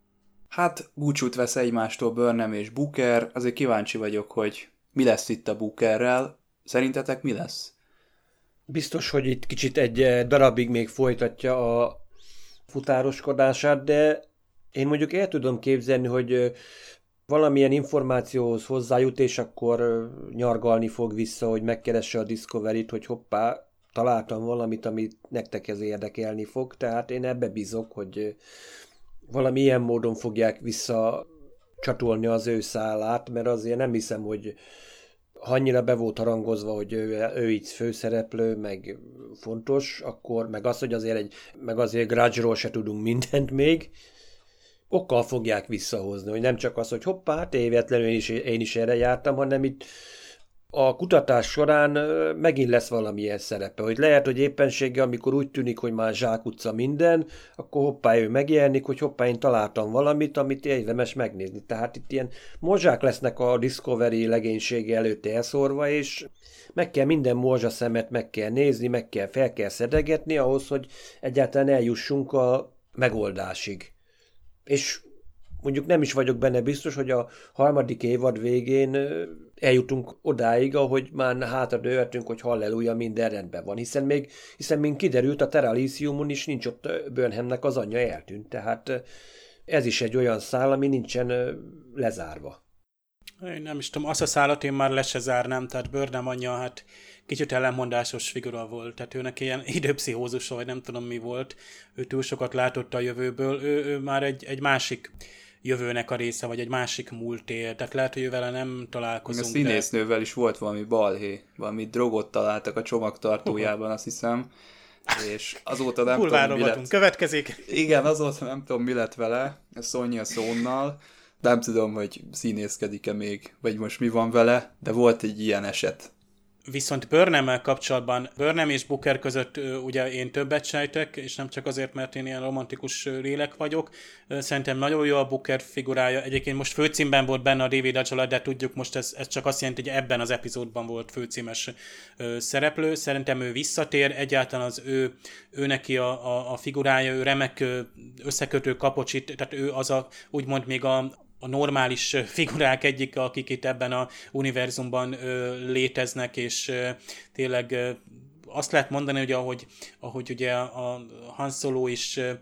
Hát búcsút vesz egymástól Burnham és Booker, azért kíváncsi vagyok, hogy mi lesz itt a Bookerrel. Szerintetek mi lesz? Biztos, hogy itt kicsit egy darabig még folytatja a futároskodását, de én mondjuk el tudom képzelni, hogy valamilyen információhoz hozzájut, és akkor nyargalni fog vissza, hogy megkeresse a Discovery-t, hogy hoppá, találtam valamit, amit nektek ez érdekelni fog, tehát én ebbe bízok, hogy valami ilyen módon fogják visszacsatolni az ő szálát, mert azért nem hiszem, hogy annyira be volt harangozva, hogy ő, ő így főszereplő, meg fontos, akkor meg az, hogy azért egy, meg azért Grudge-ról se tudunk mindent még, okkal fogják visszahozni, hogy nem csak az, hogy hoppá, tévetlenül én is, én is erre jártam, hanem itt a kutatás során megint lesz valamilyen szerepe, hogy lehet, hogy éppenséggel, amikor úgy tűnik, hogy már zsákutca minden, akkor hoppá, ő megjelenik, hogy hoppá, én találtam valamit, amit érdemes megnézni. Tehát itt ilyen morzsák lesznek a Discovery legénysége előtt elszórva, és meg kell minden morzsa szemet meg kell nézni, meg kell, fel kell szedegetni ahhoz, hogy egyáltalán eljussunk a megoldásig. És mondjuk nem is vagyok benne biztos, hogy a harmadik évad végén eljutunk odáig, ahogy már hátra dőlhetünk, hogy halleluja, minden rendben van, hiszen még, hiszen még kiderült, a Teralisiumon is nincs ott Burnhamnek az anyja, eltűnt, tehát ez is egy olyan szál, ami nincsen lezárva. Én nem is tudom, azt a szállat én már le se zárnám, tehát Burnham anyja hát kicsit ellenmondásos figura volt, tehát őnek ilyen időpszichózusa, vagy nem tudom mi volt, ő túl sokat látott a jövőből, ő, ő már egy, egy másik jövőnek a része, vagy egy másik múlté. Tehát lehet, hogy vele nem találkozunk. A színésznővel de... is volt valami balhé, valami drogot találtak a csomagtartójában, azt hiszem, és azóta nem tudom, mi lett. Következik. Igen, azóta nem tudom, mi lett vele, Sonja Sonnal. Nem tudom, hogy színészkedik-e még, vagy most mi van vele, de volt egy ilyen eset. Viszont Burnham-mel kapcsolatban, Burnham és Booker között ugye én többet sejtek, és nem csak azért, mert én ilyen romantikus lélek vagyok. Szerintem nagyon jó a Booker figurája. Egyébként most főcímben volt benne a David Ajala, de tudjuk most ez, ez csak azt jelenti, hogy ebben az epizódban volt főcímes szereplő. Szerintem ő visszatér, egyáltalán az ő, ő neki a, a, a figurája, ő remek összekötő kapocsit, tehát ő az a, úgymond még a a normális figurák egyik, akik itt ebben a univerzumban ö, léteznek, és ö, tényleg ö, azt lehet mondani, hogy ahogy, ahogy ugye a Han Solo is ö,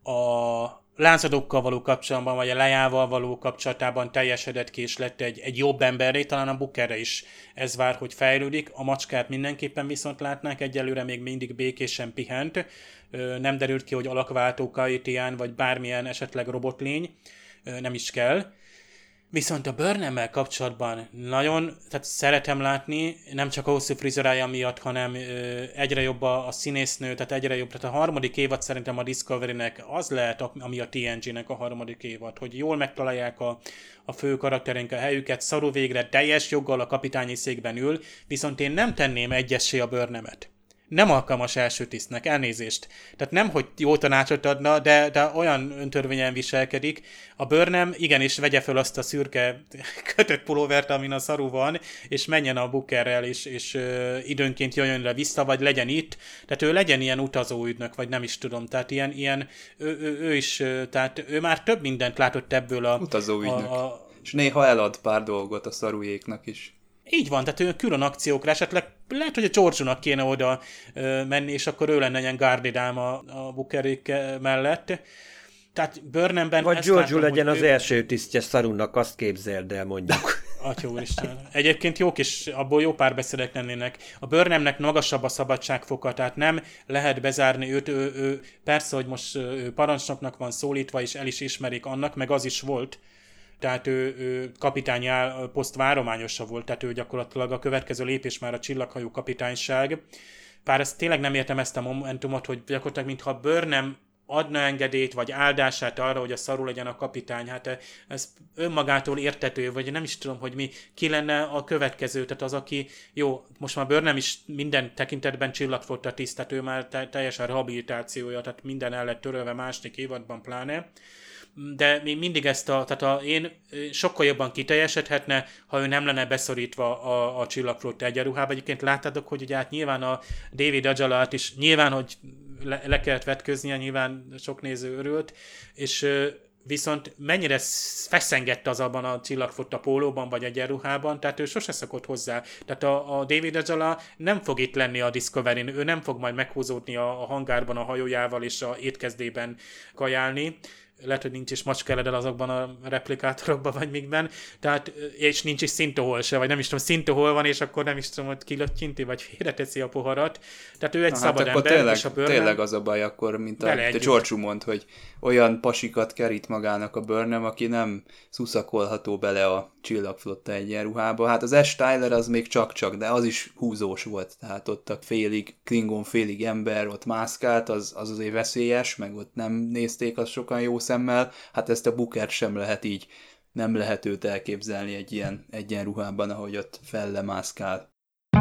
a lázadókkal való kapcsolatban, vagy a Leiával való kapcsolatában teljesedett ki, és lett egy, egy jobb emberré, talán a Bookerre is ez vár, hogy fejlődik. A macskát mindenképpen viszont látnák, egyelőre még mindig békésen pihent. Ö, nem derült ki, hogy alakváltó Kaitián, vagy bármilyen esetleg robotlény, nem is kell. Viszont a Burnham-mel kapcsolatban nagyon, tehát szeretem látni, nem csak a hosszú frizurája miatt, hanem ö, egyre jobb a, a színésznő, tehát egyre jobb, tehát a harmadik évad szerintem a Discovery-nek az lehet, ami a té en gé-nek a harmadik évad, hogy jól megtalálják a, a fő karakterénk a helyüket, Saru végre teljes joggal a kapitányi székben ül, viszont én nem tenném egyessé a Burnham-et. Nem alkalmas első tisztnek, elnézést. Tehát nem, hogy jó tanácsot adna, de, de olyan öntörvényen viselkedik. A Burnham igenis vegye föl azt a szürke kötött pulóvert, amin a Saru van, és menjen a Bookerrel, és, és ö, időnként jöjjön le vissza, vagy legyen itt. Tehát ő legyen ilyen utazóügynök, vagy nem is tudom. Tehát ilyen, ilyen ő, ő, ő is, tehát ő már több mindent látott ebből a... Utazóügynök. A, a, és néha elad pár dolgot a Sarujéknak is. Így van, tehát ő külön akciókra, esetleg lehet, hogy a George-nak kéne oda ö, menni, és akkor ő lenne ilyen guardián a, a Bookerék mellett. Tehát Burnhamben... Vagy George legyen az ő... első tisztje Sarunak, azt képzeld el, mondjuk. Atya úristen. Egyébként jók is, abból jó párbeszédek lennének. A Burnhamnek magasabb a szabadságfoka, tehát nem lehet bezárni őt. Ő, ő, persze, hogy most ő parancsnoknak van szólítva, és el is ismerik annak, meg az is volt. Tehát ő, ő kapitányi poszt várományosa volt, tehát ő gyakorlatilag a következő lépés már a csillaghajó kapitányság. Bár ezt tényleg nem értem ezt a momentumot, hogy gyakorlatilag mintha Burnham adna engedélyt, vagy áldását arra, hogy a Saru legyen a kapitány. Hát ez önmagától értető, vagy nem is tudom, hogy mi, ki lenne a következő, tehát az, aki, jó, most már Burnham is minden tekintetben csillagflotta tiszt, tehát ő már te- teljesen rehabilitációja, tehát minden el lett törölve második évadban pláne. De még mindig ezt a, tehát a, én sokkal jobban kiteljesedhetne, ha ő nem lenne beszorítva a, a csillagflotta egyenruhába. Egyébként láttadok, hogy ugye hát nyilván a David Ajalát is, nyilván, hogy le, le kellett vetköznie, nyilván sok néző örült, és viszont mennyire feszengett az abban a csillagflotta pólóban vagy egyenruhában, tehát ő sose szokott hozzá. Tehát a, a David Ajala nem fog itt lenni a Discovery-n, ő nem fog majd meghúzódni a, a hangárban a hajójával és a étkezdében kajálni. Lehet, hogy nincs is macskeledel azokban a replikátorokban, vagy mikben, tehát, és nincs is szintohol se, vagy nem is tudom, szintohol van, és akkor nem is tudom, hogy kilöttyinti, vagy félreteszi a poharat. Tehát ő egy na, szabad hát ember, tényleg, és a Burnham... tényleg az a baj akkor, mint a George mond, hogy olyan pasikat kerít magának a Burnham, aki nem szuszakolható bele a csillagflotta egyenruhába. Hát az Ash Tyler az még csak-csak, de az is húzós volt, tehát ott a félig Klingon, félig ember ott mászkált, az, az azért veszélyes, meg ott nem nézték azt sokan jó szemmel, hát ezt a Bookert sem lehet így, nem lehet őt elképzelni egy ilyen egyenruhában, ahogy ott fellemászkál.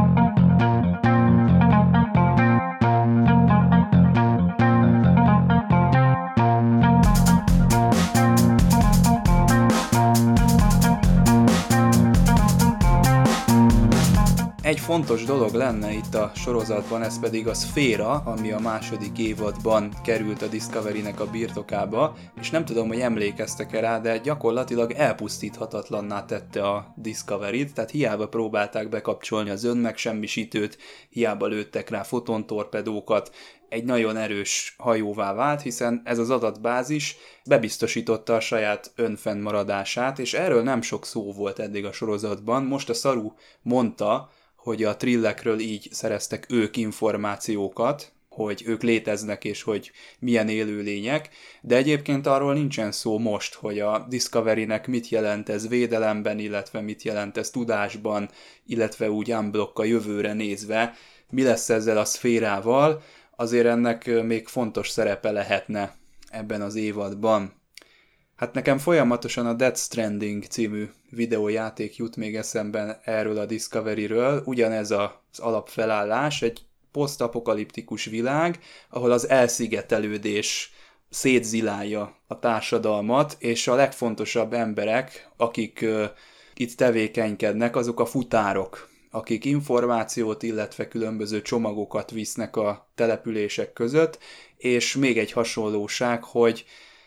Egy fontos dolog lenne itt a sorozatban, ez pedig a szféra, ami a második évadban került a Discovery-nek a birtokába, és nem tudom, hogy emlékeztek-e rá, de gyakorlatilag elpusztíthatatlanná tette a Discovery-t, tehát hiába próbálták bekapcsolni az önmegsemmisítőt, hiába lőttek rá fotontorpedókat, egy nagyon erős hajóvá vált, hiszen ez az adatbázis bebiztosította a saját önfennmaradását, és erről nem sok szó volt eddig a sorozatban. Most a Saru mondta, hogy a Trillekről így szereztek ők információkat, hogy ők léteznek, és hogy milyen élőlények, de egyébként arról nincsen szó most, hogy a Discoverynek mit jelent ez védelemben, illetve mit jelent ez tudásban, illetve úgy unblock a jövőre nézve, mi lesz ezzel a szférával, azért ennek még fontos szerepe lehetne ebben az évadban. Hát nekem folyamatosan a Death Stranding című videójáték jut még eszemben erről a Discoveryről, ugyanez az alapfelállás, egy posztapokaliptikus világ, ahol az elszigetelődés szétzilálja a társadalmat, és a legfontosabb emberek, akik uh, itt tevékenykednek, azok a futárok, akik információt, illetve különböző csomagokat visznek a települések között, és még egy hasonlóság, hogy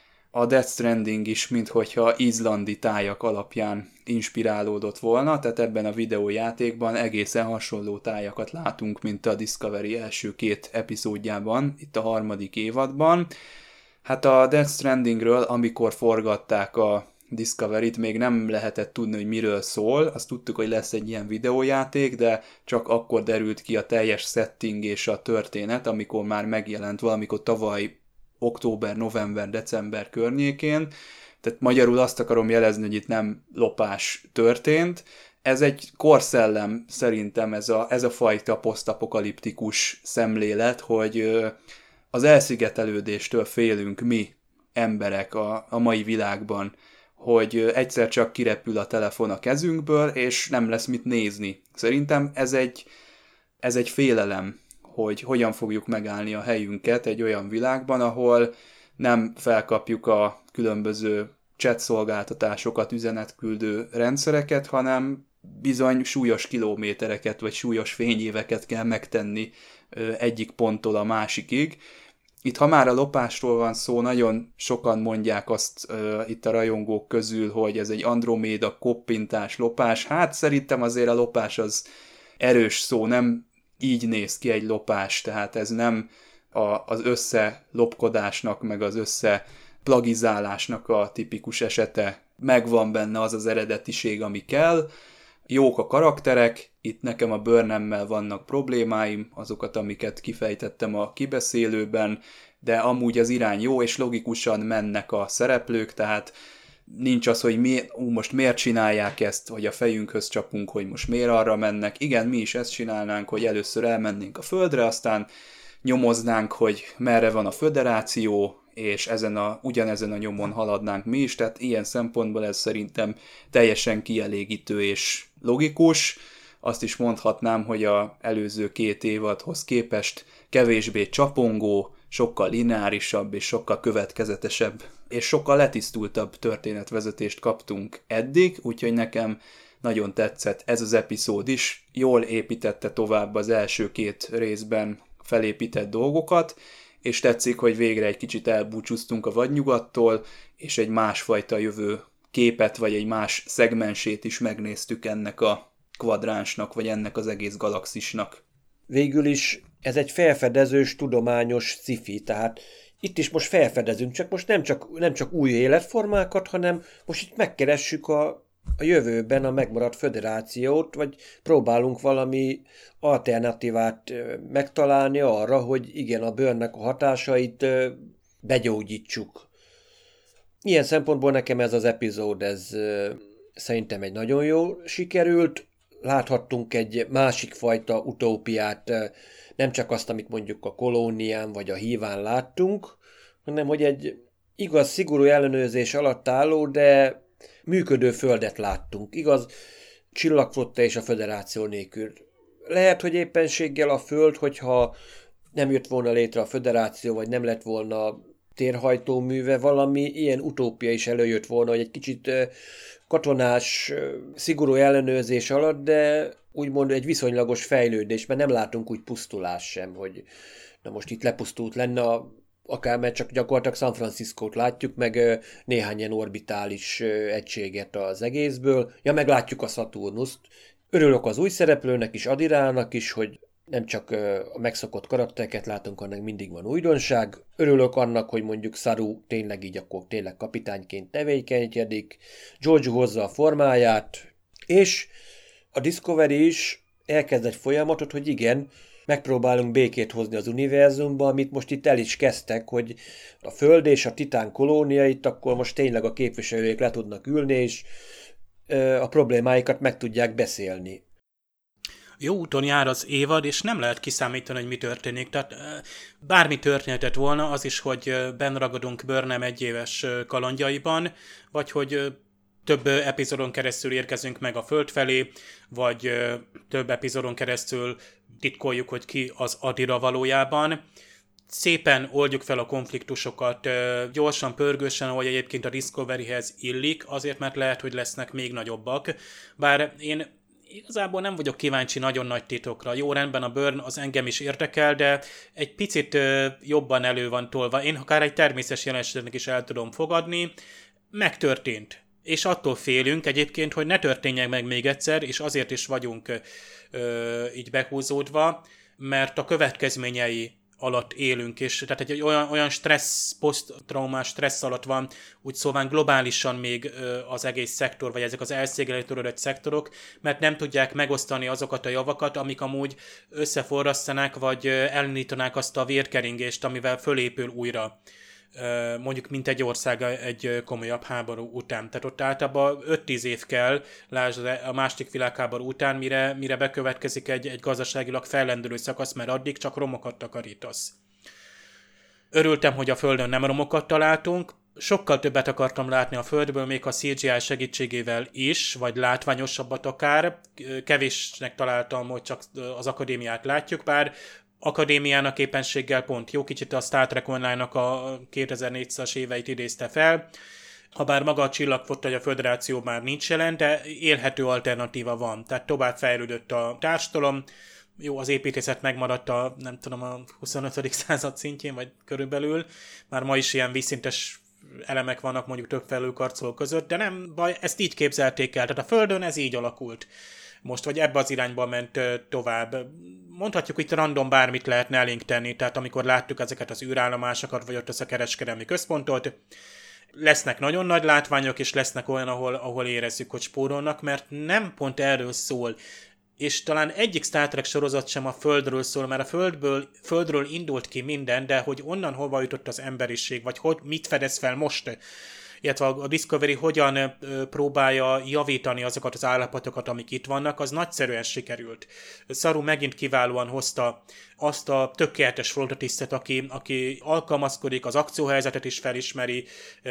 a Death Stranding is, minthogyha izlandi tájak alapján inspirálódott volna, tehát ebben a videójátékban egészen hasonló tájakat látunk, mint a Discovery első két epizódjában, itt a harmadik évadban. Hát a Death Strandingről, amikor forgatták a Discovery-t, még nem lehetett tudni, hogy miről szól, azt tudtuk, hogy lesz egy ilyen videójáték, de csak akkor derült ki a teljes setting és a történet, amikor már megjelent valamikor tavaly október, november, december környékén, tehát magyarul azt akarom jelezni, hogy itt nem lopás történt. Ez egy korszellem szerintem, ez a, ez a fajta posztapokaliptikus szemlélet, hogy az elszigetelődéstől félünk mi, emberek a, a mai világban, hogy egyszer csak kirepül a telefon a kezünkből, és nem lesz mit nézni. Szerintem ez egy, ez egy félelem, hogy hogyan fogjuk megállni a helyünket egy olyan világban, ahol nem felkapjuk a különböző chat szolgáltatásokat, üzenetküldő rendszereket, hanem bizony súlyos kilométereket vagy súlyos fényéveket kell megtenni egyik ponttól a másikig. Itt, ha már a lopásról van szó, nagyon sokan mondják azt uh, itt a rajongók közül, hogy ez egy Androméda koppintás lopás. Hát szerintem azért a lopás az erős szó, nem így néz ki egy lopás, tehát ez nem a, az összelopkodásnak, meg az összeplagizálásnak a tipikus esete. Megvan benne az az eredetiség, ami kell. Jók a karakterek, itt nekem a Burnham-mel vannak problémáim, azokat, amiket kifejtettem a kibeszélőben, de amúgy az irány jó, és logikusan mennek a szereplők, tehát nincs az, hogy mi, ú, most miért csinálják ezt, hogy a fejünkhöz csapunk, hogy most miért arra mennek. Igen, mi is ezt csinálnánk, hogy először elmennénk a földre, aztán nyomoznánk, hogy merre van a föderáció, és ezen a, ugyanezen a nyomon haladnánk mi is, tehát ilyen szempontból ez szerintem teljesen kielégítő és logikus. Azt is mondhatnám, hogy az előző két évadhoz képest kevésbé csapongó, sokkal lineárisabb és sokkal következetesebb és sokkal letisztultabb történetvezetést kaptunk eddig, úgyhogy nekem nagyon tetszett ez az epizód is. Jól építette tovább az első két részben felépített dolgokat, és tetszik, hogy végre egy kicsit elbúcsúztunk a vadnyugattól, és egy másfajta jövő képet, vagy egy más szegmensét is megnéztük ennek a kvadránsnak, vagy ennek az egész galaxisnak. Végül is ez egy felfedezős, tudományos sci-fi, tehát itt is most felfedezünk, csak most nem csak, nem csak új életformákat, hanem most itt megkeressük a, a jövőben a megmaradt föderációt, vagy próbálunk valami alternatívát megtalálni arra, hogy igen, a Burnnek a hatásait begyógyítsuk. Ilyen szempontból nekem ez az epizód, ez szerintem egy nagyon jól sikerült. Láthattunk egy másik fajta utópiát, nem csak azt, amit mondjuk a kolónián vagy a híván láttunk, hanem hogy egy igaz, szigorú ellenőrzés alatt álló, de működő földet láttunk. Igaz, csillagflotta és a föderáció nélkül. Lehet, hogy éppenséggel a föld, hogyha nem jött volna létre a föderáció, vagy nem lett volna térhajtóműve, valami ilyen utópia is előjött volna, hogy egy kicsit katonás, szigorú ellenőrzés alatt, de úgymond egy viszonylagos fejlődés, mert nem látunk úgy pusztulás sem, hogy na most itt lepusztult lenne, a, akár mert csak gyakorlatilag San Franciscót látjuk, meg néhány ilyen orbitális egységet az egészből, ja, meg látjuk a Saturnust. Örülök az új szereplőnek is, Adirának is, hogy nem csak a megszokott karaktereket látunk, hanem mindig van újdonság. Örülök annak, hogy mondjuk Saru tényleg így akkor tényleg kapitányként tevékenykedik, George hozza a formáját, és a Discovery is elkezd egy folyamatot, hogy igen, megpróbálunk békét hozni az univerzumba, amit most itt el is kezdtek, hogy a Föld és a Titán kolóniait, akkor most tényleg a képviselők le tudnak ülni, és a problémáikat meg tudják beszélni. Jó úton jár az évad, és nem lehet kiszámítani, hogy mi történik. Tehát bármi történhetett volna, az is, hogy benn ragadunk Burnham egyéves kalandjaiban, vagy hogy több epizódon keresztül érkezünk meg a Föld felé, vagy több epizódon keresztül titkoljuk, hogy ki az Adira valójában. Szépen oldjuk fel a konfliktusokat, gyorsan, pörgősen, ahogy egyébként a Discoveryhez illik, azért, mert lehet, hogy lesznek még nagyobbak. Bár én igazából nem vagyok kíváncsi nagyon nagy titokra. Jó, rendben, a Burn az engem is érdekel, de egy picit jobban elő van tolva. Én akár egy természetes jelenségnek is el tudom fogadni. Megtörtént. És attól félünk egyébként, hogy ne történjen meg még egyszer, és azért is vagyunk ö, így behúzódva, mert a következményei alatt élünk, és tehát egy olyan, olyan stressz, poszttraumás stressz alatt van, úgy szóval globálisan még az egész szektor, vagy ezek az elszégelődött szektorok, mert nem tudják megosztani azokat a javakat, amik amúgy összeforrasztanák, vagy elindítanák azt a vérkeringést, amivel fölépül újra. Mondjuk, mint egy ország egy komolyabb háború után. Tehát ott általában öt-tíz év kell, lásd a második világháború után, mire, mire bekövetkezik egy, egy gazdaságilag fellendülő szakasz, mert addig csak romokat takarítasz. Örültem, hogy a Földön nem romokat találtunk, sokkal többet akartam látni a Földből, még a cé gé í segítségével is, vagy látványosabbat akár. Kevésnek találtam, hogy csak az akadémiát látjuk, bár akadémiának éppenséggel pont jó, kicsit a Star Trek Online-nak a kétezer-négyszázas éveit idézte fel, habár maga a csillagflotta, a föderáció már nincs jelen, de élhető alternatíva van, tehát tovább fejlődött a társadalom, jó, az építészet megmaradt a, nem tudom, a huszonötödik század szintjén, vagy körülbelül, már ma is ilyen vízszintes elemek vannak mondjuk több felülkarcoló között, de nem baj, ezt így képzelték el, tehát a Földön ez így alakult. Most, vagy ebbe az irányba ment tovább. Mondhatjuk, itt random bármit lehetne elénk tenni, tehát amikor láttuk ezeket az űrállomásokat, vagy ott az a kereskedelmi központot, lesznek nagyon nagy látványok, és lesznek olyan, ahol, ahol érezzük, hogy spórolnak, mert nem pont erről szól. És talán egyik Star Trek sorozat sem a Földről szól, mert a Földből, Földről indult ki minden, de hogy onnan hova jutott az emberiség, vagy hogy mit fedez fel most, illetve a Discovery hogyan próbálja javítani azokat az állapotokat, amik itt vannak, az nagyszerűen sikerült. Saru megint kiválóan hozta azt a tökéletes flottatisztet, aki, aki alkalmazkodik, az akcióhelyzetet is felismeri,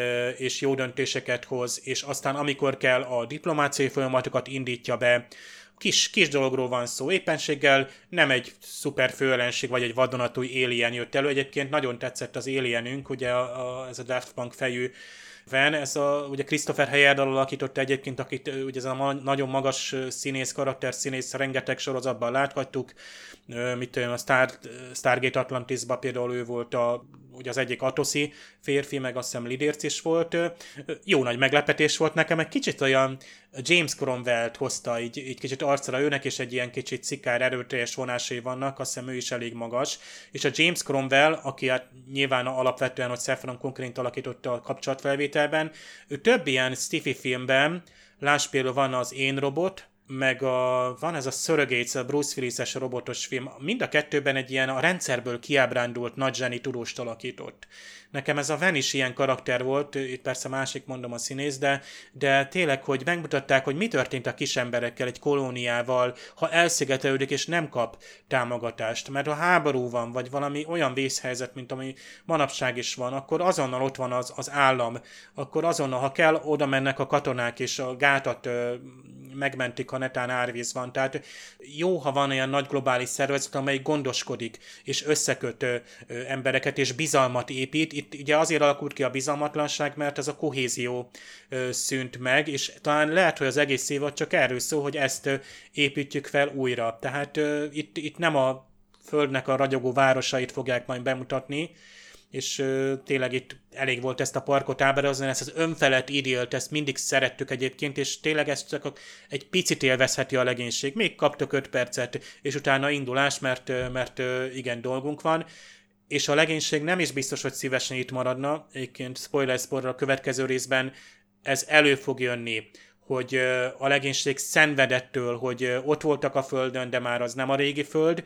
és jó döntéseket hoz, és aztán amikor kell a diplomáciai folyamatokat indítja be. Kis, kis dologról van szó, éppenséggel nem egy szuper főellenség, vagy egy vadonatúj alien jött elő. Egyébként nagyon tetszett az alienünk, ugye a, a, ez a Daft Punk fejű Van, ez a, ugye Christopher Heyerdahl alakította egyébként, akit ugye ez a ma, nagyon magas színész, karakterszínész, rengeteg sorozatban láthattuk, mit tudom, a Star, Stargate Atlantisban például ő volt a, ugye az egyik Atoszi férfi, meg azt hiszem Lidérc is volt. Jó nagy meglepetés volt nekem, egy kicsit olyan James Cromwell-t hozta, így, így kicsit arcra őnek, és egy ilyen kicsit szikár, erőteljes vonásai vannak, azt hiszem ő is elég magas. És a James Cromwell, aki hát nyilván alapvetően, hogy Saffron Concurrent alakította a kapcsolatfelvételben, ő több ilyen sci-fi filmben, láss például van az Én robot, meg a, van ez a Surrogates, a Bruce Willis-es robotos film, mind a kettőben egy ilyen a rendszerből kiábrándult nagy zseni tudóst alakított. Nekem ez a Van is ilyen karakter volt, itt persze másik mondom a színész, de, de tényleg, hogy megmutatták, hogy mi történt a kis emberekkel, egy kolóniával, ha elszigetelődik és nem kap támogatást, mert ha háború van, vagy valami olyan vészhelyzet, mint ami manapság is van, akkor azonnal ott van az, az állam, akkor azonnal, ha kell, oda mennek a katonák, és a gátat ö, megmentik, ha netán árvíz van. Tehát jó, ha van olyan nagy globális szervezet, amely gondoskodik, és összeköt ö, ö, embereket, és bizalmat épít. Itt ugye azért alakult ki a bizalmatlanság, mert ez a kohézió ö, szűnt meg, és talán lehet, hogy az egész évad csak erről szól, hogy ezt ö, építjük fel újra. Tehát ö, itt, itt nem a Földnek a ragyogó városait fogják majd bemutatni, és ö, tényleg itt elég volt ezt a parkot ábrázozni, ezt az önfelett idillt, ezt mindig szerettük egyébként, és tényleg ezt csak egy picit élvezheti a legénység. Még kaptok öt percet, és utána indulás, mert, mert igen, dolgunk van, és a legénység nem is biztos, hogy szívesen itt maradna. Egyébként spoiler spoiler a következő részben ez elő fog jönni, hogy a legénység szenvedettől, hogy ott voltak a Földön, de már az nem a régi Föld,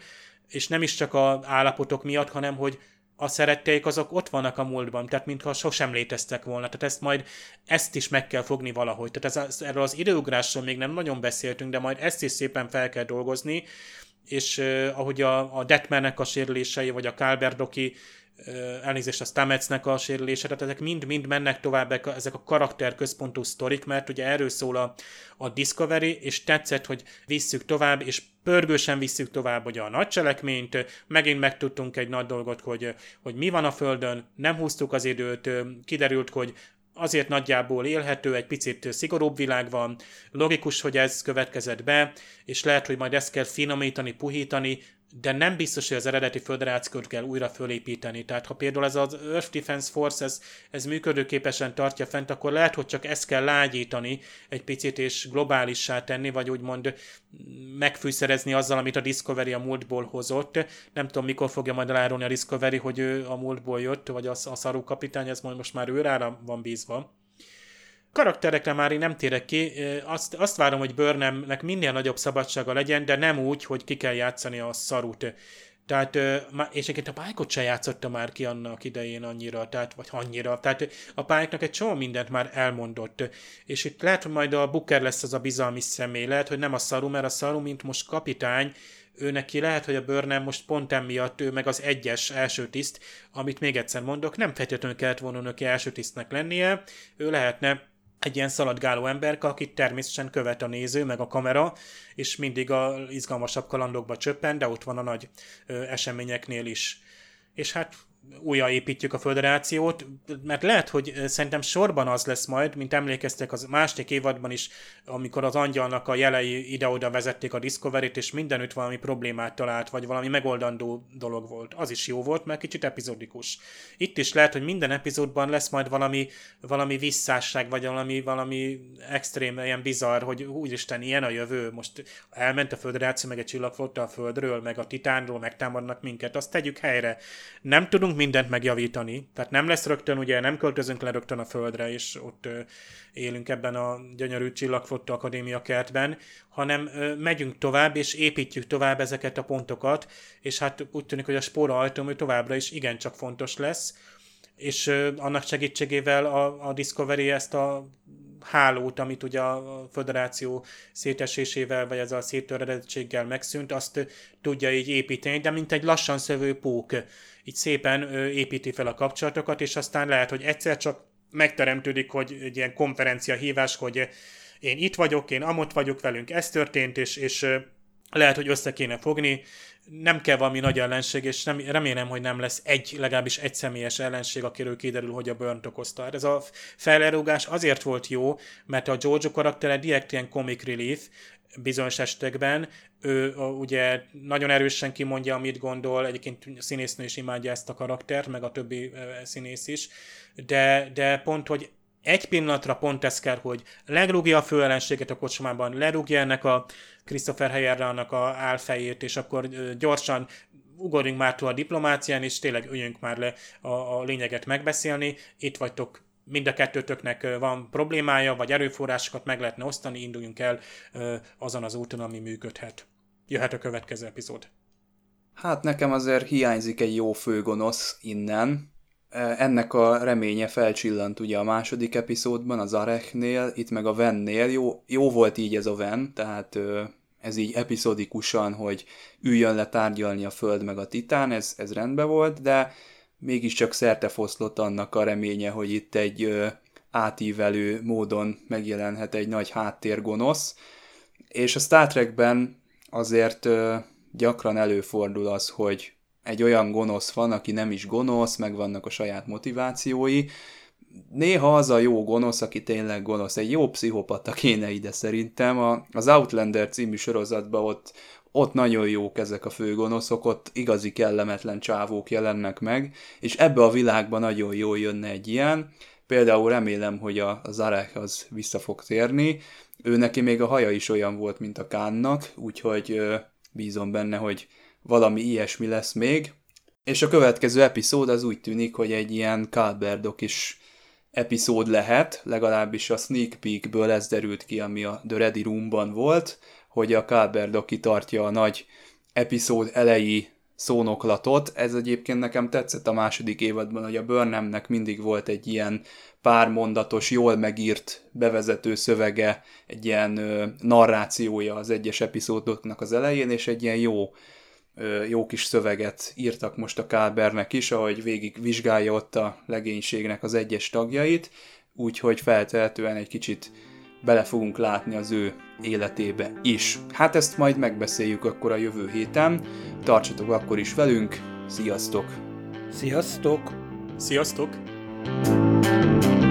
és nem is csak az állapotok miatt, hanem hogy a szeretteik azok ott vannak a múltban, tehát mintha sosem léteztek volna. Tehát ezt majd, ezt is meg kell fogni valahogy. Tehát ez, erről az időugrásról még nem nagyon beszéltünk, de majd ezt is szépen fel kell dolgozni, és uh, ahogy a, a Detmernek a sérülései, vagy a Kalberdoki, uh, elnézést a Stametsnek a sérülése, tehát ezek mind-mind mennek tovább, ezek a karakterközpontú sztorik, mert ugye erről szól a, a Discovery, és tetszett, hogy visszük tovább, és pörgősen visszük tovább ugye a nagy cselekményt, megint megtudtunk egy nagy dolgot, hogy, hogy mi van a Földön, nem húztuk az időt, kiderült, hogy azért nagyjából élhető, egy picit szigorúbb világ van, logikus, hogy ez következett be, és lehet, hogy majd ezt kell finomítani, puhítani, de nem biztos, hogy az eredeti föderációt kell újra fölépíteni. Tehát ha például ez az Earth Defense Force, ez, ez működőképesen tartja fent, akkor lehet, hogy csak ezt kell lágyítani egy picit, és globálissá tenni, vagy úgymond megfűszerezni azzal, amit a Discovery a múltból hozott. Nem tudom, mikor fogja majd elárulni a Discovery, hogy ő a múltból jött, vagy a, a Saru kapitány, ez majd most már őrára van bízva. Karakterekre már én nem térek ki, azt, azt várom, hogy Burnhamnek minél nagyobb szabadsága legyen, de nem úgy, hogy ki kell játszani a Sarut. Tehát, és egyébként a Pike-ot se játszotta már ki annak idején annyira, tehát, vagy annyira. Tehát a Pike-nak egy csomó mindent már elmondott. És itt lehet, hogy majd a Booker lesz az a bizalmi személy, lehet, hogy nem a Saru, mert a Saru, mint most kapitány, ő neki lehet, hogy a Burnham most pont emiatt, ő meg az egyes első tiszt, amit még egyszer mondok, nem feltétlenül kellett volna neki első tisztnek lennie, ő lehetne egy ilyen szaladgáló emberke, akit természetesen követ a néző, meg a kamera, és mindig a izgalmasabb kalandokba csöppen, de ott van a nagy ö, eseményeknél is. És hát újraépítjük a föderációt, mert lehet, hogy szerintem sorban az lesz majd, mint emlékeztek az második évadban is, amikor az angyalnak a jelei ide-oda vezették a Discovery-t, és mindenütt valami problémát talált, vagy valami megoldandó dolog volt. Az is jó volt, mert kicsit epizódikus. Itt is lehet, hogy minden epizódban lesz majd valami, valami visszásság, vagy valami, valami extrém, ilyen bizarr, hogy úristen, ilyen a jövő, most elment a föderáció, meg egy csillagflotta a Földről, meg a Titánról, megtámadnak minket, azt tegyük helyre. Nem tudunk mindent megjavítani, tehát nem lesz rögtön, ugye nem költözünk le rögtön a Földre, és ott ö, élünk ebben a gyönyörű Csillagflotta Akadémia kertben, hanem ö, megyünk tovább, és építjük tovább ezeket a pontokat, és hát úgy tűnik, hogy a spóra ajtómű továbbra is igencsak fontos lesz, és ö, annak segítségével a, a Discovery ezt a hálót, amit ugye a föderáció szétesésével, vagy ezzel a széttöredezettséggel megszűnt, azt tudja így építeni, de mint egy lassan szövő pók, így szépen építi fel a kapcsolatokat, és aztán lehet, hogy egyszer csak megteremtődik, hogy egy ilyen konferencia hívás, hogy én itt vagyok, én amott vagyok, velünk ez történt, és, és lehet, hogy össze kéne fogni, nem kell valami nagy ellenség, és nem, remélem, hogy nem lesz egy, legalábbis egy személyes ellenség, akiről kiderül, hogy a Burnt okozta. Ez a felerúgás azért volt jó, mert a Giorgio karaktere direkt ilyen comic relief bizonyos esetekben. Ő ugye nagyon erősen kimondja, amit gondol, egyébként a színésznő is imádja ezt a karaktert, meg a többi színész is, de, de pont, hogy egy pillanatra pont ez kell, hogy lerúgja a főellenséget a kocsmában, lerúgja ennek a Christopher Hayerre annak a álfejét, és akkor gyorsan ugorjunk már túl a diplomácián, és tényleg üljünk már le a, a lényeget megbeszélni. Itt vagytok, mind a kettőtöknek van problémája, vagy erőforrásokat meg lehetne osztani, induljunk el azon az úton, ami működhet. Jöhet a következő epizód. Hát nekem azért hiányzik egy jó főgonosz innen. Ennek a reménye felcsillant ugye a második epizódban, az Zarechnél, itt meg a Vennél. Jó, jó volt így ez a Ven, tehát ez így epizódikusan, hogy üljön le tárgyalni a Föld meg a Titán, ez, ez rendben volt, de mégiscsak szertefoszlott annak a reménye, hogy itt egy átívelő módon megjelenhet egy nagy háttérgonosz. És a Star Trekben azért gyakran előfordul az, hogy egy olyan gonosz van, aki nem is gonosz, meg vannak a saját motivációi. Néha az a jó gonosz, aki tényleg gonosz. Egy jó pszichopata kéne ide szerintem. A, az Outlander című sorozatban ott, ott nagyon jók ezek a főgonoszok, ott igazi kellemetlen csávók jelennek meg, és ebbe a világban nagyon jól jönne egy ilyen. Például remélem, hogy a, a Zarek az vissza fog térni. Ő neki még a haja is olyan volt, mint a Kánnak, úgyhogy ö, bízom benne, hogy valami ilyesmi lesz még. És a következő epizód az úgy tűnik, hogy egy ilyen Kalberdok is epizód lehet, legalábbis a sneak peekből ez derült ki, ami a The Ready Roomban volt, hogy a Kalberdok kitartja a nagy epizód elejé szónoklatot. Ez egyébként nekem tetszett a második évadban, hogy a Burnhamnek mindig volt egy ilyen pármondatos, jól megírt bevezető szövege, egy ilyen ö, narrációja az egyes epizódoknak az elején, és egy ilyen jó, ö, jó kis szöveget írtak most a Culbernek is, ahogy végig vizsgálja ott a legénységnek az egyes tagjait, úgyhogy feltehetően egy kicsit bele fogunk látni az ő életébe is. Hát ezt majd megbeszéljük akkor a jövő héten. Tartsatok akkor is velünk. Sziasztok! Sziasztok! Sziasztok!